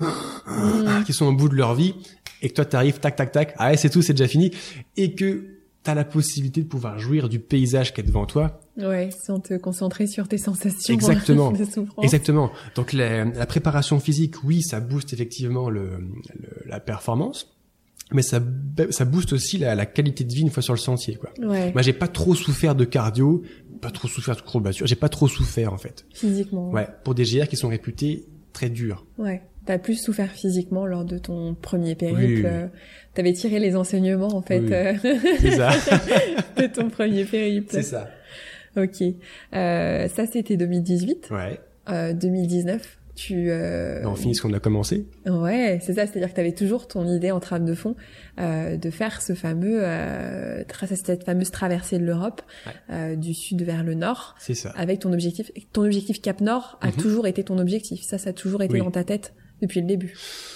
qui sont au bout de leur vie, et que toi t'arrives, tac, tac, tac, c'est tout, c'est déjà fini, et que t'as la possibilité de pouvoir jouir du paysage qui est devant toi. Ouais, sans te concentrer sur tes sensations. Exactement. De souffrance. Exactement. Donc la préparation physique, oui, ça booste effectivement la performance, mais ça booste aussi la qualité de vie une fois sur le sentier, quoi. Ouais. Moi, j'ai pas trop souffert de cardio, pas trop souffert de courbature, j'ai pas trop souffert en fait. Physiquement. Ouais, pour des GR qui sont réputés très durs. Ouais. T'as plus souffert physiquement lors de ton premier périple. Oui. T'avais tiré les enseignements en fait. Oui. C'est ça. De ton premier périple. C'est ça. Ok. Ça c'était 2018. Ouais. 2019. On finit ce qu'on a commencé. Ouais, c'est ça, c'est-à-dire que tu avais toujours ton idée en trame de fond de faire ce fameux cette fameuse traversée de l'Europe du sud vers le nord. C'est ça. Avec ton objectif Cap Nord a toujours été ton objectif. Ça a toujours été dans ta tête depuis le début.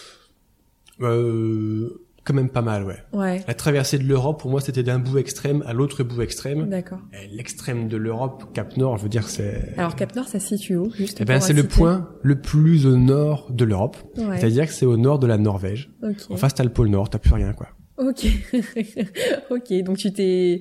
Quand même pas mal, ouais. Ouais. La traversée de l'Europe, pour moi, c'était d'un bout extrême à l'autre bout extrême. D'accord. Et l'extrême de l'Europe, Cap Nord, je veux dire, c'est... Alors, Cap Nord, ça se situe où, juste? C'est le point le plus au nord de l'Europe. Ouais. C'est-à-dire que c'est au nord de la Norvège. Okay. En face, t'as le pôle Nord, t'as plus rien, quoi. Ok. Ok. Donc, tu t'es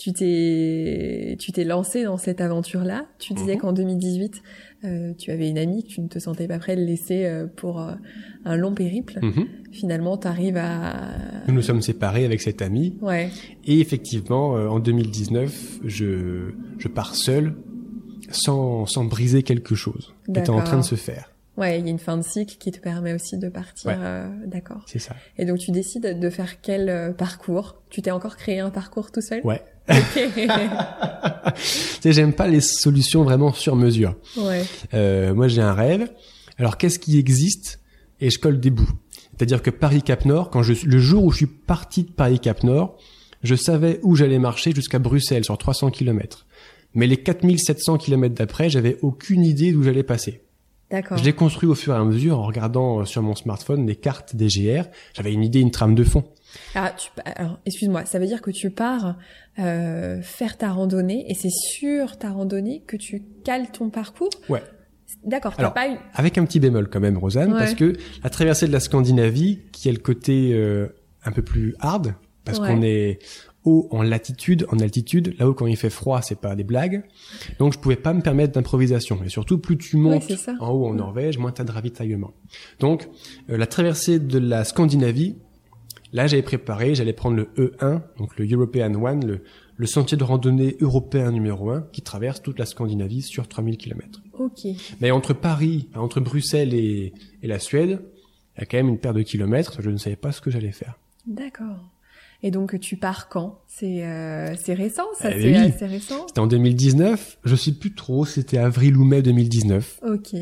lancé dans cette aventure-là. Tu disais qu'en 2018, tu avais une amie que tu ne te sentais pas prêt de laisser pour un long périple. Finalement, t'arrives à... Nous sommes séparés avec cette amie. Ouais. Et effectivement, en 2019, je pars seul, sans briser quelque chose qui était en train de se faire. Ouais, il y a une fin de cycle qui te permet aussi de partir. Ouais. D'accord. C'est ça. Et donc, tu décides de faire quel parcours? Tu t'es encore créé un parcours tout seul? Ouais. Okay. Tu sais, j'aime pas les solutions vraiment sur mesure. Ouais. Moi, j'ai un rêve. Alors, qu'est-ce qui existe? Et je colle des bouts. C'est-à-dire que Paris-Cap Nord, le jour où je suis parti de Paris-Cap Nord, je savais où j'allais marcher jusqu'à Bruxelles sur 300 km. Mais les 4700 km d'après, j'avais aucune idée d'où j'allais passer. D'accord. Je l'ai construit au fur et à mesure en regardant sur mon smartphone les cartes des GR. J'avais une idée, une trame de fond. Alors, excuse-moi, ça veut dire que tu pars faire ta randonnée et c'est sur ta randonnée que tu cales ton parcours? Ouais. D'accord, Alors, pas eu... avec un petit bémol quand même, Rosanne, Ouais. parce que la traversée de la Scandinavie, qui a le côté un peu plus hard, parce Ouais. qu'on est haut en latitude, en altitude, là-haut quand il fait froid, c'est pas des blagues. Donc je pouvais pas me permettre d'improvisation. Et surtout, plus tu montes c'est ça. en haut en Norvège, moins t'as de ravitaillement. Donc la traversée de la Scandinavie, là j'avais préparé, j'allais prendre le E1, donc le European One, le sentier de randonnée européen numéro 1, qui traverse toute la Scandinavie sur 3000 km. Ok. Mais entre Bruxelles et la Suède, il y a quand même une paire de kilomètres. Je ne savais pas ce que j'allais faire. D'accord. Et donc, tu pars quand? C'est récent, ça? Eh C'est oui. assez récent? C'était en 2019. Je sais plus trop. C'était avril ou mai 2019. Ok.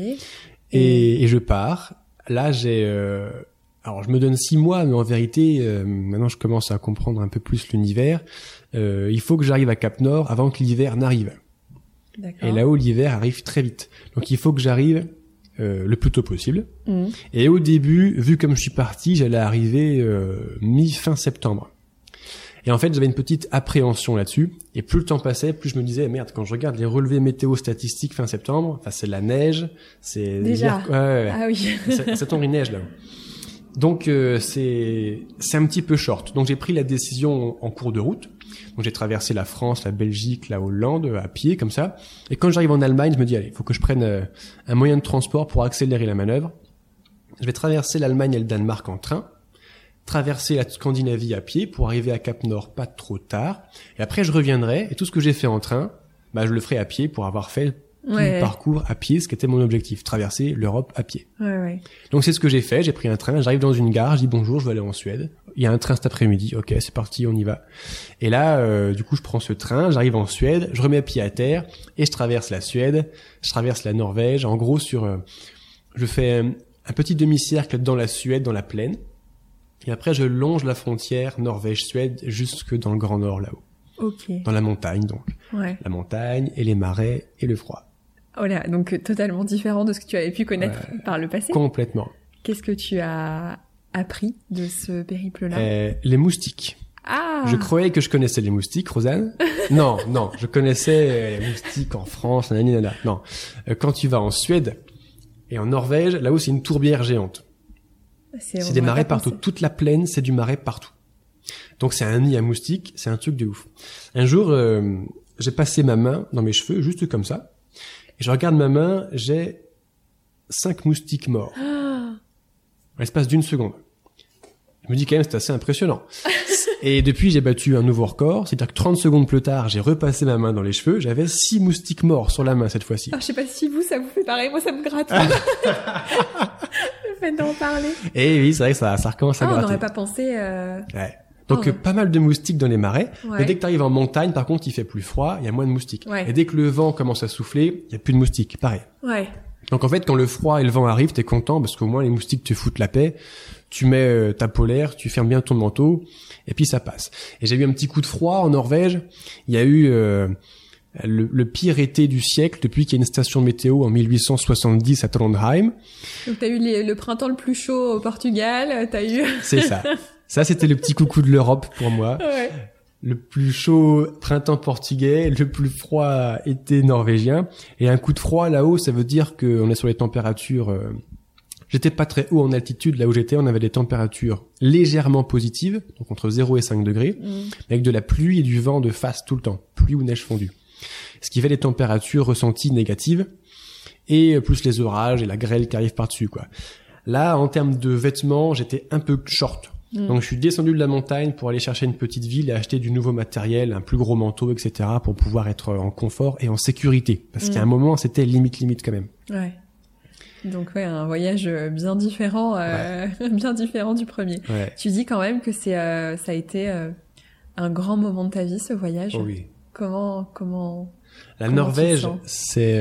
Et je pars. Là, alors je me donne 6 mois, mais en vérité, maintenant je commence à comprendre un peu plus l'univers. Il faut que j'arrive à Cap-Nord avant que l'hiver n'arrive. D'accord. Et là-haut, l'hiver arrive très vite. Donc il faut que j'arrive le plus tôt possible. Mhm. Et au début, vu comme je suis parti, j'allais arriver mi-fin septembre. Et en fait, j'avais une petite appréhension là-dessus. Et plus le temps passait, plus je me disais, merde, quand je regarde les relevés météo statistiques fin septembre, enfin c'est la neige, c'est... Déjà. Ouais. Ah oui. Ça tombe, il neige là. Donc c'est un petit peu short. Donc j'ai pris la décision en cours de route. Donc j'ai traversé la France, la Belgique, la Hollande à pied comme ça. Et quand j'arrive en Allemagne, je me dis allez, il faut que je prenne un moyen de transport pour accélérer la manœuvre. Je vais traverser l'Allemagne et le Danemark en train, traverser la Scandinavie à pied pour arriver à Cap-Nord pas trop tard. Et après je reviendrai et tout ce que j'ai fait en train, je le ferai à pied pour avoir fait tout le parcours à pied, ce qui était mon objectif, traverser l'Europe à pied. Ouais. Donc c'est ce que j'ai fait, j'ai pris un train, j'arrive dans une gare, je dis bonjour, je vais aller en Suède. Il y a un train cet après-midi, ok, c'est parti, on y va. Et là, du coup, je prends ce train, j'arrive en Suède, je remets pied à terre et je traverse la Suède, je traverse la Norvège. En gros, je fais un petit demi-cercle dans la Suède, dans la plaine. Et après, je longe la frontière Norvège-Suède jusque dans le Grand Nord, là-haut. Ok. Dans la montagne, donc. Ouais. La montagne et les marais et le froid. Oh là, donc totalement différent de ce que tu avais pu connaître par le passé. Complètement. Qu'est-ce que tu as appris de ce périple-là? Les moustiques. Ah! Je croyais que je connaissais les moustiques, Rosanne. Non, je connaissais les moustiques en France, nanana. Non. Quand tu vas en Suède et en Norvège, là-haut, c'est une tourbière géante. C'est des marais partout. Toute la plaine, c'est du marais partout. Donc c'est un nid à moustiques, c'est un truc de ouf. Un jour, j'ai passé ma main dans mes cheveux, juste comme ça. Et je regarde ma main, j'ai 5 moustiques morts. En l'espace d'une seconde. Je me dis quand même, c'est assez impressionnant. Et depuis, j'ai battu un nouveau record. C'est-à-dire que 30 secondes plus tard, j'ai repassé ma main dans les cheveux. J'avais 6 moustiques morts sur la main cette fois-ci. Je sais pas si ça vous fait pareil. Moi, ça me gratte. Le fait d'en parler. Et oui, c'est vrai que ça recommence à gratter. On n'aurait pas pensé... Ouais. Donc pas mal de moustiques dans les marais. Ouais. Mais dès que tu arrives en montagne, par contre, il fait plus froid, il y a moins de moustiques. Ouais. Et dès que le vent commence à souffler, il y a plus de moustiques. Pareil. Ouais. Donc en fait, quand le froid et le vent arrivent, t'es content parce qu'au moins les moustiques te foutent la paix. Tu mets ta polaire, tu fermes bien ton manteau, et puis ça passe. Et j'ai eu un petit coup de froid en Norvège. Il y a eu le pire été du siècle depuis qu'il y a une station météo en 1870 à Trondheim. Donc t'as eu le printemps le plus chaud au Portugal, t'as eu... C'est ça. Ça, c'était le petit coucou de l'Europe pour moi. Ouais. Le plus chaud printemps portugais, le plus froid été norvégien. Et un coup de froid là-haut, ça veut dire qu'on est sur les températures... J'étais pas très haut en altitude, là où j'étais, on avait des températures légèrement positives, donc entre 0 et 5 degrés, avec de la pluie et du vent de face tout le temps, pluie ou neige fondue. Ce qui fait des températures ressenties négatives, et plus les orages et la grêle qui arrive par-dessus, quoi. Là, en termes de vêtements, j'étais un peu short. Donc je suis descendu de la montagne pour aller chercher une petite ville et acheter du nouveau matériel, un plus gros manteau, etc., pour pouvoir être en confort et en sécurité. Parce qu'à un moment, c'était limite quand même. Ouais. Donc un voyage bien différent, bien différent du premier. Ouais. Tu dis quand même que ça a été un grand moment de ta vie, ce voyage. Oh oui. Comment La Norvège, c'est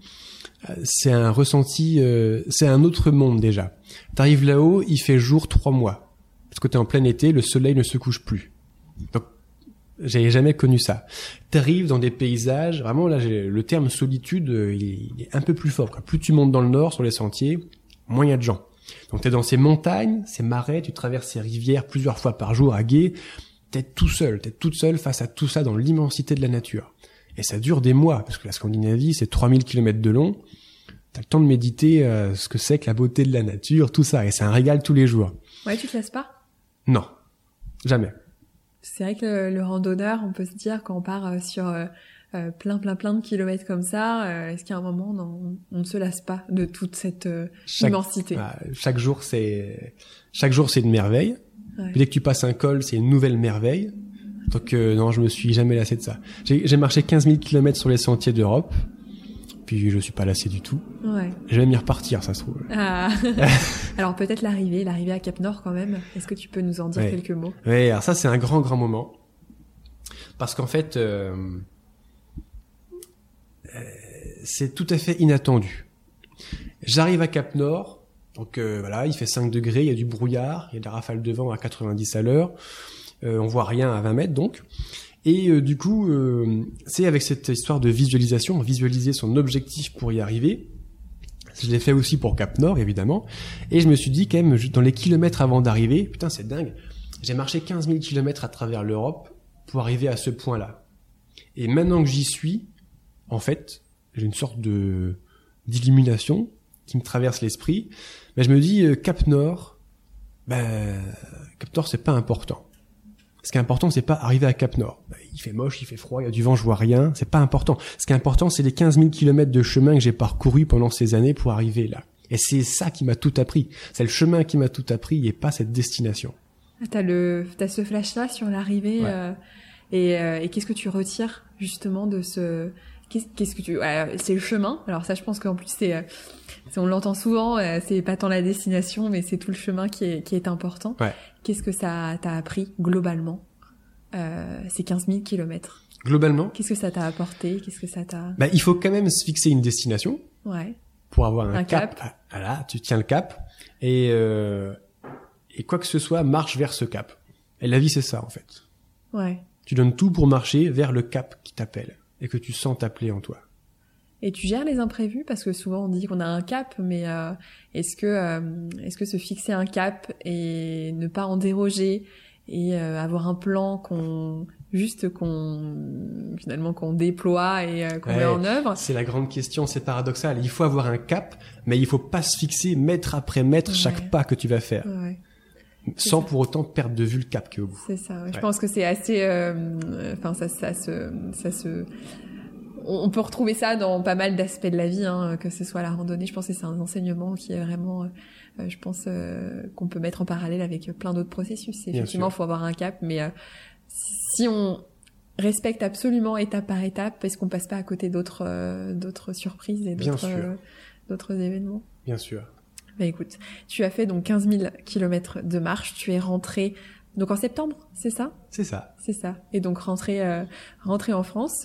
un ressenti, c'est un autre monde déjà. T'arrives là-haut, il fait jour 3 mois. Parce que t'es en plein été, le soleil ne se couche plus. Donc, j'avais jamais connu ça. T'arrives dans des paysages, vraiment là, le terme solitude, il est un peu plus fort, quoi. Plus tu montes dans le nord, sur les sentiers, moins il y a de gens. Donc t'es dans ces montagnes, ces marais, tu traverses ces rivières plusieurs fois par jour à gué. T'es toute seule face à tout ça dans l'immensité de la nature. Et ça dure des mois, parce que la Scandinavie, c'est 3000 km de long. T'as le temps de méditer ce que c'est que la beauté de la nature, tout ça. Et c'est un régal tous les jours. Ouais, tu te lasses pas? Non. Jamais. C'est vrai que le randonneur, on peut se dire, quand on part sur plein de kilomètres comme ça, est-ce qu'à un moment, on ne se lasse pas de toute cette immensité? Chaque jour, c'est une merveille. Ouais. Dès que tu passes un col, c'est une nouvelle merveille. Donc non, je me suis jamais lassé de ça. J'ai marché 15 000 kilomètres sur les sentiers d'Europe. Puis je suis pas lassé du tout. Ouais. Je vais m'y repartir, ça se trouve. Ah. Alors peut-être l'arrivée à Cap Nord quand même. Est-ce que tu peux nous en dire quelques mots? Ouais, alors ça c'est un grand moment. Parce qu'en fait, c'est tout à fait inattendu. J'arrive à Cap Nord, donc voilà, il fait 5 degrés, il y a du brouillard, il y a des rafales de vent à 90 à l'heure, on voit rien à 20 mètres donc. Et du coup, c'est avec cette histoire de visualisation, visualiser son objectif pour y arriver. Je l'ai fait aussi pour Cap Nord, évidemment. Et je me suis dit, quand même, dans les kilomètres avant d'arriver, putain, c'est dingue, j'ai marché 15 000 kilomètres à travers l'Europe pour arriver à ce point-là. Et maintenant que j'y suis, en fait, j'ai une sorte d'illumination qui me traverse l'esprit. Mais je me dis, Cap Nord, Cap Nord, c'est pas important. Ce qui est important, c'est pas arriver à Cap Nord. Il fait moche, il fait froid, il y a du vent, je vois rien. C'est pas important. Ce qui est important, c'est les 15 000 kilomètres de chemin que j'ai parcouru pendant ces années pour arriver là. Et c'est ça qui m'a tout appris. C'est le chemin qui m'a tout appris et pas cette destination. T'as ce flash-là sur l'arrivée. Ouais. Et qu'est-ce que tu retires, justement, de ce... Qu'est-ce que tu... c'est le chemin. Alors ça, je pense qu'en plus, on l'entend souvent, c'est pas tant la destination, mais c'est tout le chemin qui est important. Ouais. Qu'est-ce que ça t'a appris, globalement, ces 15 000 kilomètres? Globalement, Qu'est-ce que ça t'a apporté? Qu'est-ce que ça t'a... il faut quand même se fixer une destination. Ouais. Pour avoir un cap. Voilà, tu tiens le cap. Et quoi que ce soit, marche vers ce cap. Et la vie, c'est ça, en fait. Ouais. Tu donnes tout pour marcher vers le cap qui t'appelle et que tu sens t'appeler en toi. Et tu gères les imprévus, parce que souvent on dit qu'on a un cap, mais est-ce que se fixer un cap et ne pas en déroger et avoir un plan qu'on déploie et qu'on met en œuvre? C'est la grande question, c'est paradoxal. Il faut avoir un cap, mais il faut pas se fixer mètre après mètre chaque pas que tu vas faire. Ouais. Sans pour autant perdre de vue le cap qui est au bout. C'est ça. Ouais. Je pense que c'est assez. On peut retrouver ça dans pas mal d'aspects de la vie, hein, que ce soit la randonnée. Je pense que c'est un enseignement qui est vraiment, qu'on peut mettre en parallèle avec plein d'autres processus. Effectivement, il faut avoir un cap, mais si on respecte absolument étape par étape, est-ce qu'on passe pas à côté d'autres surprises et d'autres événements? Bien sûr. Écoute, tu as fait donc 15 000 kilomètres de marche. Tu es rentré donc en septembre, c'est ça? C'est ça. C'est ça. Et donc rentré en France.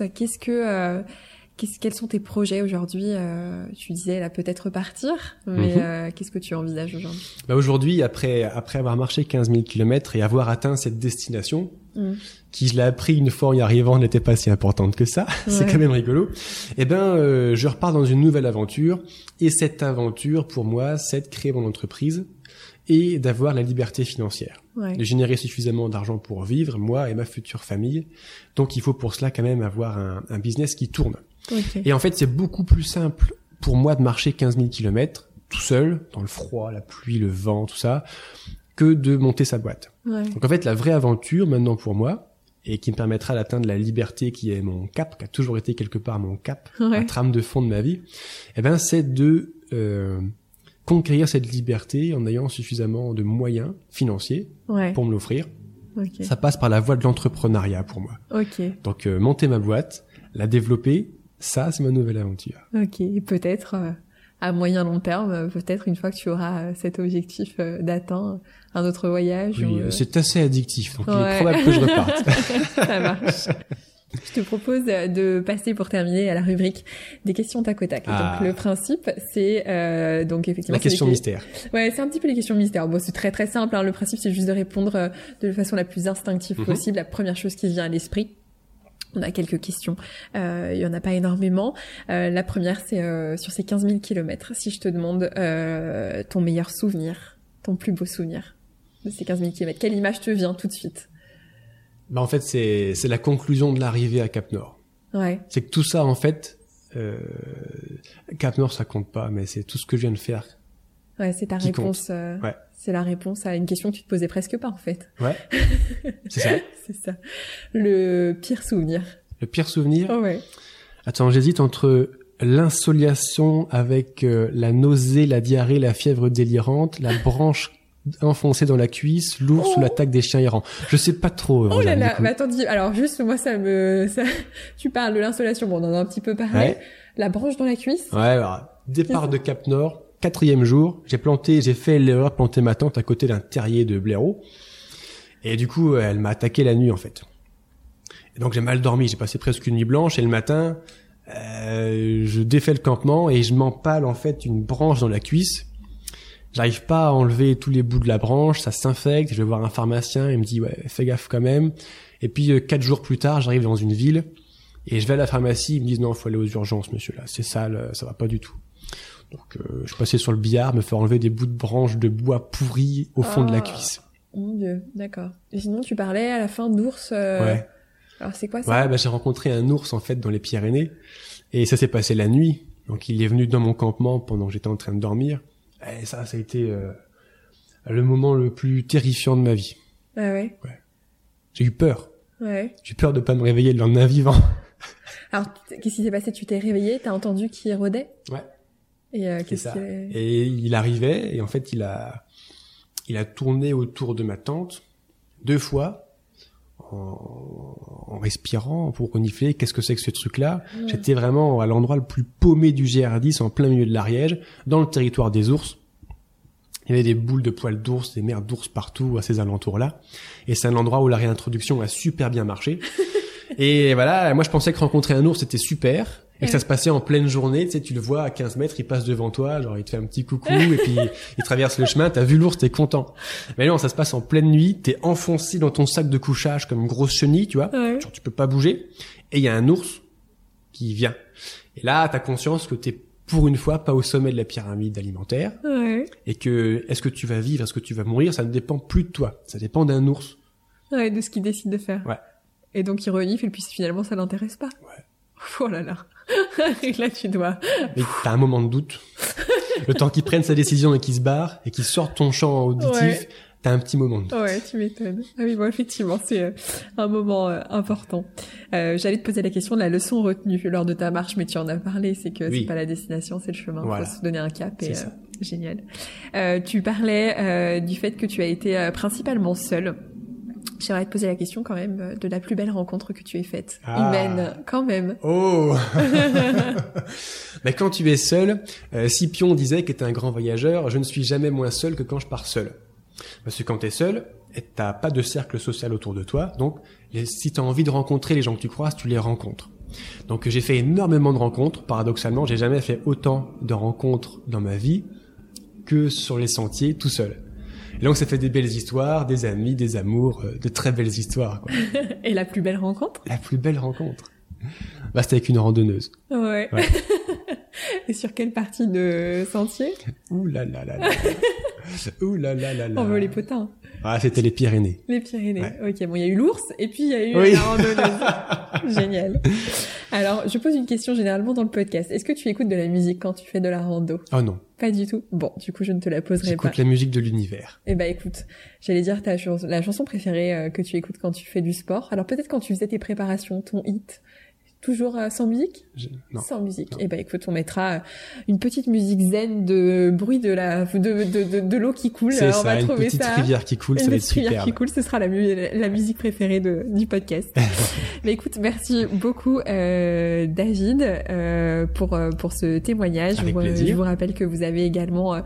Quels sont tes projets aujourd'hui? Tu disais là peut-être partir, mais qu'est-ce que tu envisages aujourd'hui? Aujourd'hui, après avoir marché 15 000 kilomètres et avoir atteint cette destination, qui, je l'ai appris une fois en y arrivant, n'était pas si importante que ça, c'est quand même rigolo, je repars dans une nouvelle aventure. Et cette aventure, pour moi, c'est de créer mon entreprise et d'avoir la liberté financière. De générer suffisamment d'argent pour vivre, moi et ma future famille. Donc il faut pour cela quand même avoir un business qui tourne. Et en fait, c'est beaucoup plus simple pour moi de marcher 15 000 kilomètres tout seul, dans le froid, la pluie, le vent, tout ça, que de monter sa boîte. Donc en fait, la vraie aventure maintenant pour moi, et qui me permettra d'atteindre la liberté qui est mon cap, qui a toujours été quelque part mon cap, la trame de fond de ma vie, c'est de conquérir cette liberté en ayant suffisamment de moyens financiers pour me l'offrir. Ça passe par la voie de l'entrepreneuriat pour moi. Donc monter ma boîte, la développer, ça c'est ma nouvelle aventure. Et peut-être à moyen long terme, peut-être une fois que tu auras cet objectif d'atteindre un autre voyage. Oui, c'est assez addictif, donc il est probable que je reparte. Ça marche. Je te propose de passer pour terminer à la rubrique des questions tac au tac. Donc le principe, c'est donc effectivement la question mystère. Ouais, c'est un petit peu les questions mystères. Bon, c'est très très simple. Hein. Le principe, c'est juste de répondre de façon la plus instinctive possible. La première chose qui vient à l'esprit. On a quelques questions. Il y en a pas énormément. La première, c'est sur ces 15 000 kilomètres. Si je te demande ton meilleur souvenir, ton plus beau souvenir de ces 15 000 kilomètres, quelle image te vient tout de suite? En fait, c'est la conclusion de l'arrivée à Cap Nord. C'est que tout ça, en fait, Cap Nord, ça compte pas, mais c'est tout ce que je viens de faire. Ouais, c'est ta Qui réponse. Ouais. C'est la réponse à une question que tu te posais presque pas, en fait. Ouais. C'est ça. C'est ça. Le pire souvenir. Le pire souvenir. Oh ouais. Attends, j'hésite entre l'insolation avec la nausée, la diarrhée, la fièvre délirante, la branche enfoncée dans la cuisse, l'ours ou l'attaque des chiens errants. Je sais pas trop. Oh là Rosanne, là. du coup. Mais attends, alors juste moi tu parles de l'insolation. Bon, on en a un petit peu parlé. Ouais. La branche dans la cuisse. Ouais, alors, départ de Cap Nord, 4e jour, j'ai fait l'erreur de planter ma tente à côté d'un terrier de blaireaux. Et du coup, elle m'a attaqué la nuit, en fait. Et donc, j'ai mal dormi, j'ai passé presque une nuit blanche, et le matin, je défais le campement, et je m'empale, en fait, une branche dans la cuisse. J'arrive pas à enlever tous les bouts de la branche, ça s'infecte, je vais voir un pharmacien, il me dit, ouais, fais gaffe quand même. Et puis, 4 jours plus tard, j'arrive dans une ville, et je vais à la pharmacie, ils me disent, non, il faut aller aux urgences, monsieur, là, c'est sale, ça va pas du tout. Donc, je passais sur le billard, me faire enlever des bouts de branches de bois pourris au fond de la cuisse. Mon Dieu, d'accord. Et sinon, tu parlais à la fin d'ours. Ouais. Alors, c'est quoi ça? Ouais, j'ai rencontré un ours, en fait, dans les Pyrénées. Et ça s'est passé la nuit. Donc, il est venu dans mon campement pendant que j'étais en train de dormir. Et ça a été le moment le plus terrifiant de ma vie. Ah ouais? Ouais. J'ai eu peur. Ouais. J'ai eu peur de pas me réveiller le lendemain vivant. Alors, qu'est-ce qui s'est passé? Tu t'es réveillé, t'as entendu qu'il rôdait? Ouais. Et qu'est-ce ça. qu'il est... Et il arrivait, et en fait, il a tourné autour de ma tente 2 fois, en respirant pour renifler. Qu'est-ce que c'est que ce truc-là? J'étais vraiment à l'endroit le plus paumé du GR10, en plein milieu de l'Ariège, dans le territoire des ours. Il y avait des boules de poils d'ours, des merdes d'ours partout à ces alentours-là. Et c'est un endroit où la réintroduction a super bien marché. Et voilà, moi je pensais que rencontrer un ours c'était super. Et que ça se passait en pleine journée, tu sais, tu le vois à 15 mètres, il passe devant toi, genre il te fait un petit coucou, et puis il traverse le chemin, t'as vu l'ours, t'es content. Mais non, ça se passe en pleine nuit, t'es enfoncé dans ton sac de couchage comme une grosse chenille, tu vois, genre tu peux pas bouger, et il y a un ours qui vient. Et là, t'as conscience que t'es pour une fois pas au sommet de la pyramide alimentaire, et que est-ce que tu vas vivre, est-ce que tu vas mourir, ça ne dépend plus de toi, ça dépend d'un ours. Ouais, de ce qu'il décide de faire. Ouais. Et donc il renifle, et puis finalement ça l'intéresse pas. Ouais. Oh là là. Et là, tu dois... Mais t'as un moment de doute. Le temps qu'il prenne sa décision et qu'il se barre, et qu'il sorte ton champ auditif, t'as un petit moment de doute. Ouais, tu m'étonnes. Ah oui, bon, effectivement, c'est un moment important. J'allais te poser la question de la leçon retenue lors de ta marche, mais tu en as parlé, c'est que c'est pas la destination, c'est le chemin. Voilà. Faut se donner un cap, et génial. Tu parlais du fait que tu as été principalement seule. J'aimerais te poser la question quand même de la plus belle rencontre que tu aies faite. Humaine, quand même. Oh. Mais quand tu es seul, Scipion disait qu'était un grand voyageur, je ne suis jamais moins seul que quand je pars seul. Parce que quand t'es seul, t'as pas de cercle social autour de toi, donc si t'as envie de rencontrer les gens que tu croises, tu les rencontres. Donc j'ai fait énormément de rencontres, paradoxalement, j'ai jamais fait autant de rencontres dans ma vie que sur les sentiers tout seul. Et donc ça fait des belles histoires, des amis, des amours, de très belles histoires, quoi. Et la plus belle rencontre? La plus belle rencontre, c'était avec une randonneuse. Ouais. Et sur quelle partie de sentier? Ouh là là là là. Ouh là là là là. On veut les potins. Ah, c'était les Pyrénées. Les Pyrénées. Ouais. Ok, bon, il y a eu l'ours et puis il y a eu la randonneuse. Génial. Alors, je pose une question généralement dans le podcast. Est-ce que tu écoutes de la musique quand tu fais de la rando? Oh non. Pas du tout. Bon, du coup, je ne te la poserai pas. J'écoute la musique de l'univers. Eh ben, écoute, j'allais dire la chanson préférée que tu écoutes quand tu fais du sport. Alors, peut-être quand tu faisais tes préparations, ton hit. Toujours sans musique? Non. Sans musique. Non. Eh ben, écoute, on mettra une petite musique zen de bruit de l'eau qui coule. C'est on ça, va une trouver petite ça. rivière qui coule, ça va être Une rivière superbe. qui coule, ce sera la musique préférée du podcast. Mais écoute, merci beaucoup, David, pour ce témoignage. Avec plaisir. Je vous rappelle que vous avez également,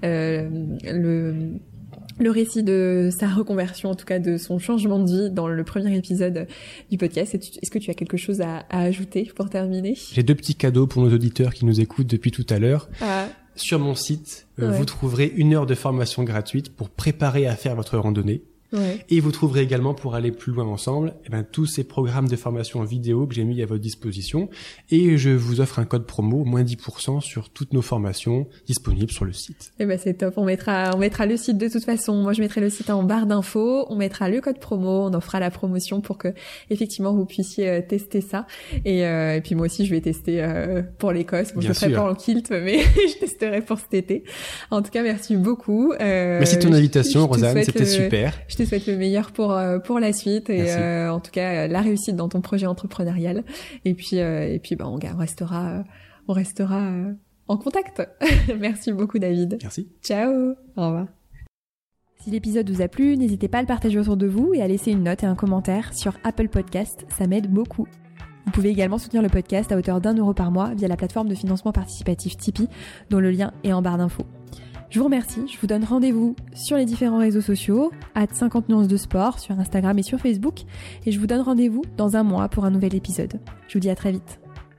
le récit de sa reconversion, en tout cas de son changement de vie dans le premier épisode du podcast. Est-ce que tu as quelque chose à ajouter pour terminer? J'ai 2 petits cadeaux pour nos auditeurs qui nous écoutent depuis tout à l'heure. Ah. Sur mon site, vous trouverez 1 heure de formation gratuite pour préparer à faire votre randonnée. Ouais. Et vous trouverez également, pour aller plus loin ensemble, tous ces programmes de formation en vidéo que j'ai mis à votre disposition. Et je vous offre un code promo, moins 10% sur toutes nos formations disponibles sur le site. Eh ben, c'est top. On mettra le site de toute façon. Moi, je mettrai le site en barre d'infos. On mettra le code promo. On en fera la promotion pour que, effectivement, vous puissiez tester ça. Et puis moi aussi, je vais tester pour l'Écosse. Bon, je le ferai pas en kilt, mais je testerai pour cet été. En tout cas, merci beaucoup. Merci de ton invitation, Rosanne. C'était super. Je te souhaite le meilleur pour la suite et en tout cas la réussite dans ton projet entrepreneurial. Et puis on restera en contact. Merci beaucoup, David. Merci. Ciao. Au revoir. Si l'épisode vous a plu, n'hésitez pas à le partager autour de vous et à laisser une note et un commentaire sur Apple Podcast. Ça m'aide beaucoup. Vous pouvez également soutenir le podcast à hauteur d'1 € par mois via la plateforme de financement participatif Tipeee, dont le lien est en barre d'infos. Je vous remercie, je vous donne rendez-vous sur les différents réseaux sociaux, @50nuances de sport, sur Instagram et sur Facebook, et je vous donne rendez-vous dans un mois pour un nouvel épisode. Je vous dis à très vite.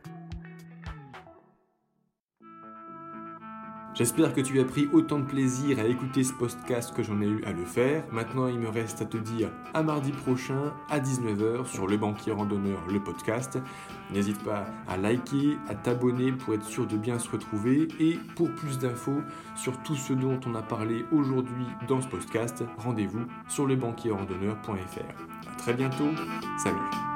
J'espère que tu as pris autant de plaisir à écouter ce podcast que j'en ai eu à le faire. Maintenant, il me reste à te dire à mardi prochain à 19h sur Le Banquier Randonneur, le podcast. N'hésite pas à liker, à t'abonner pour être sûr de bien se retrouver. Et pour plus d'infos sur tout ce dont on a parlé aujourd'hui dans ce podcast, rendez-vous sur lebanquierrandonneur.fr. À très bientôt, salut.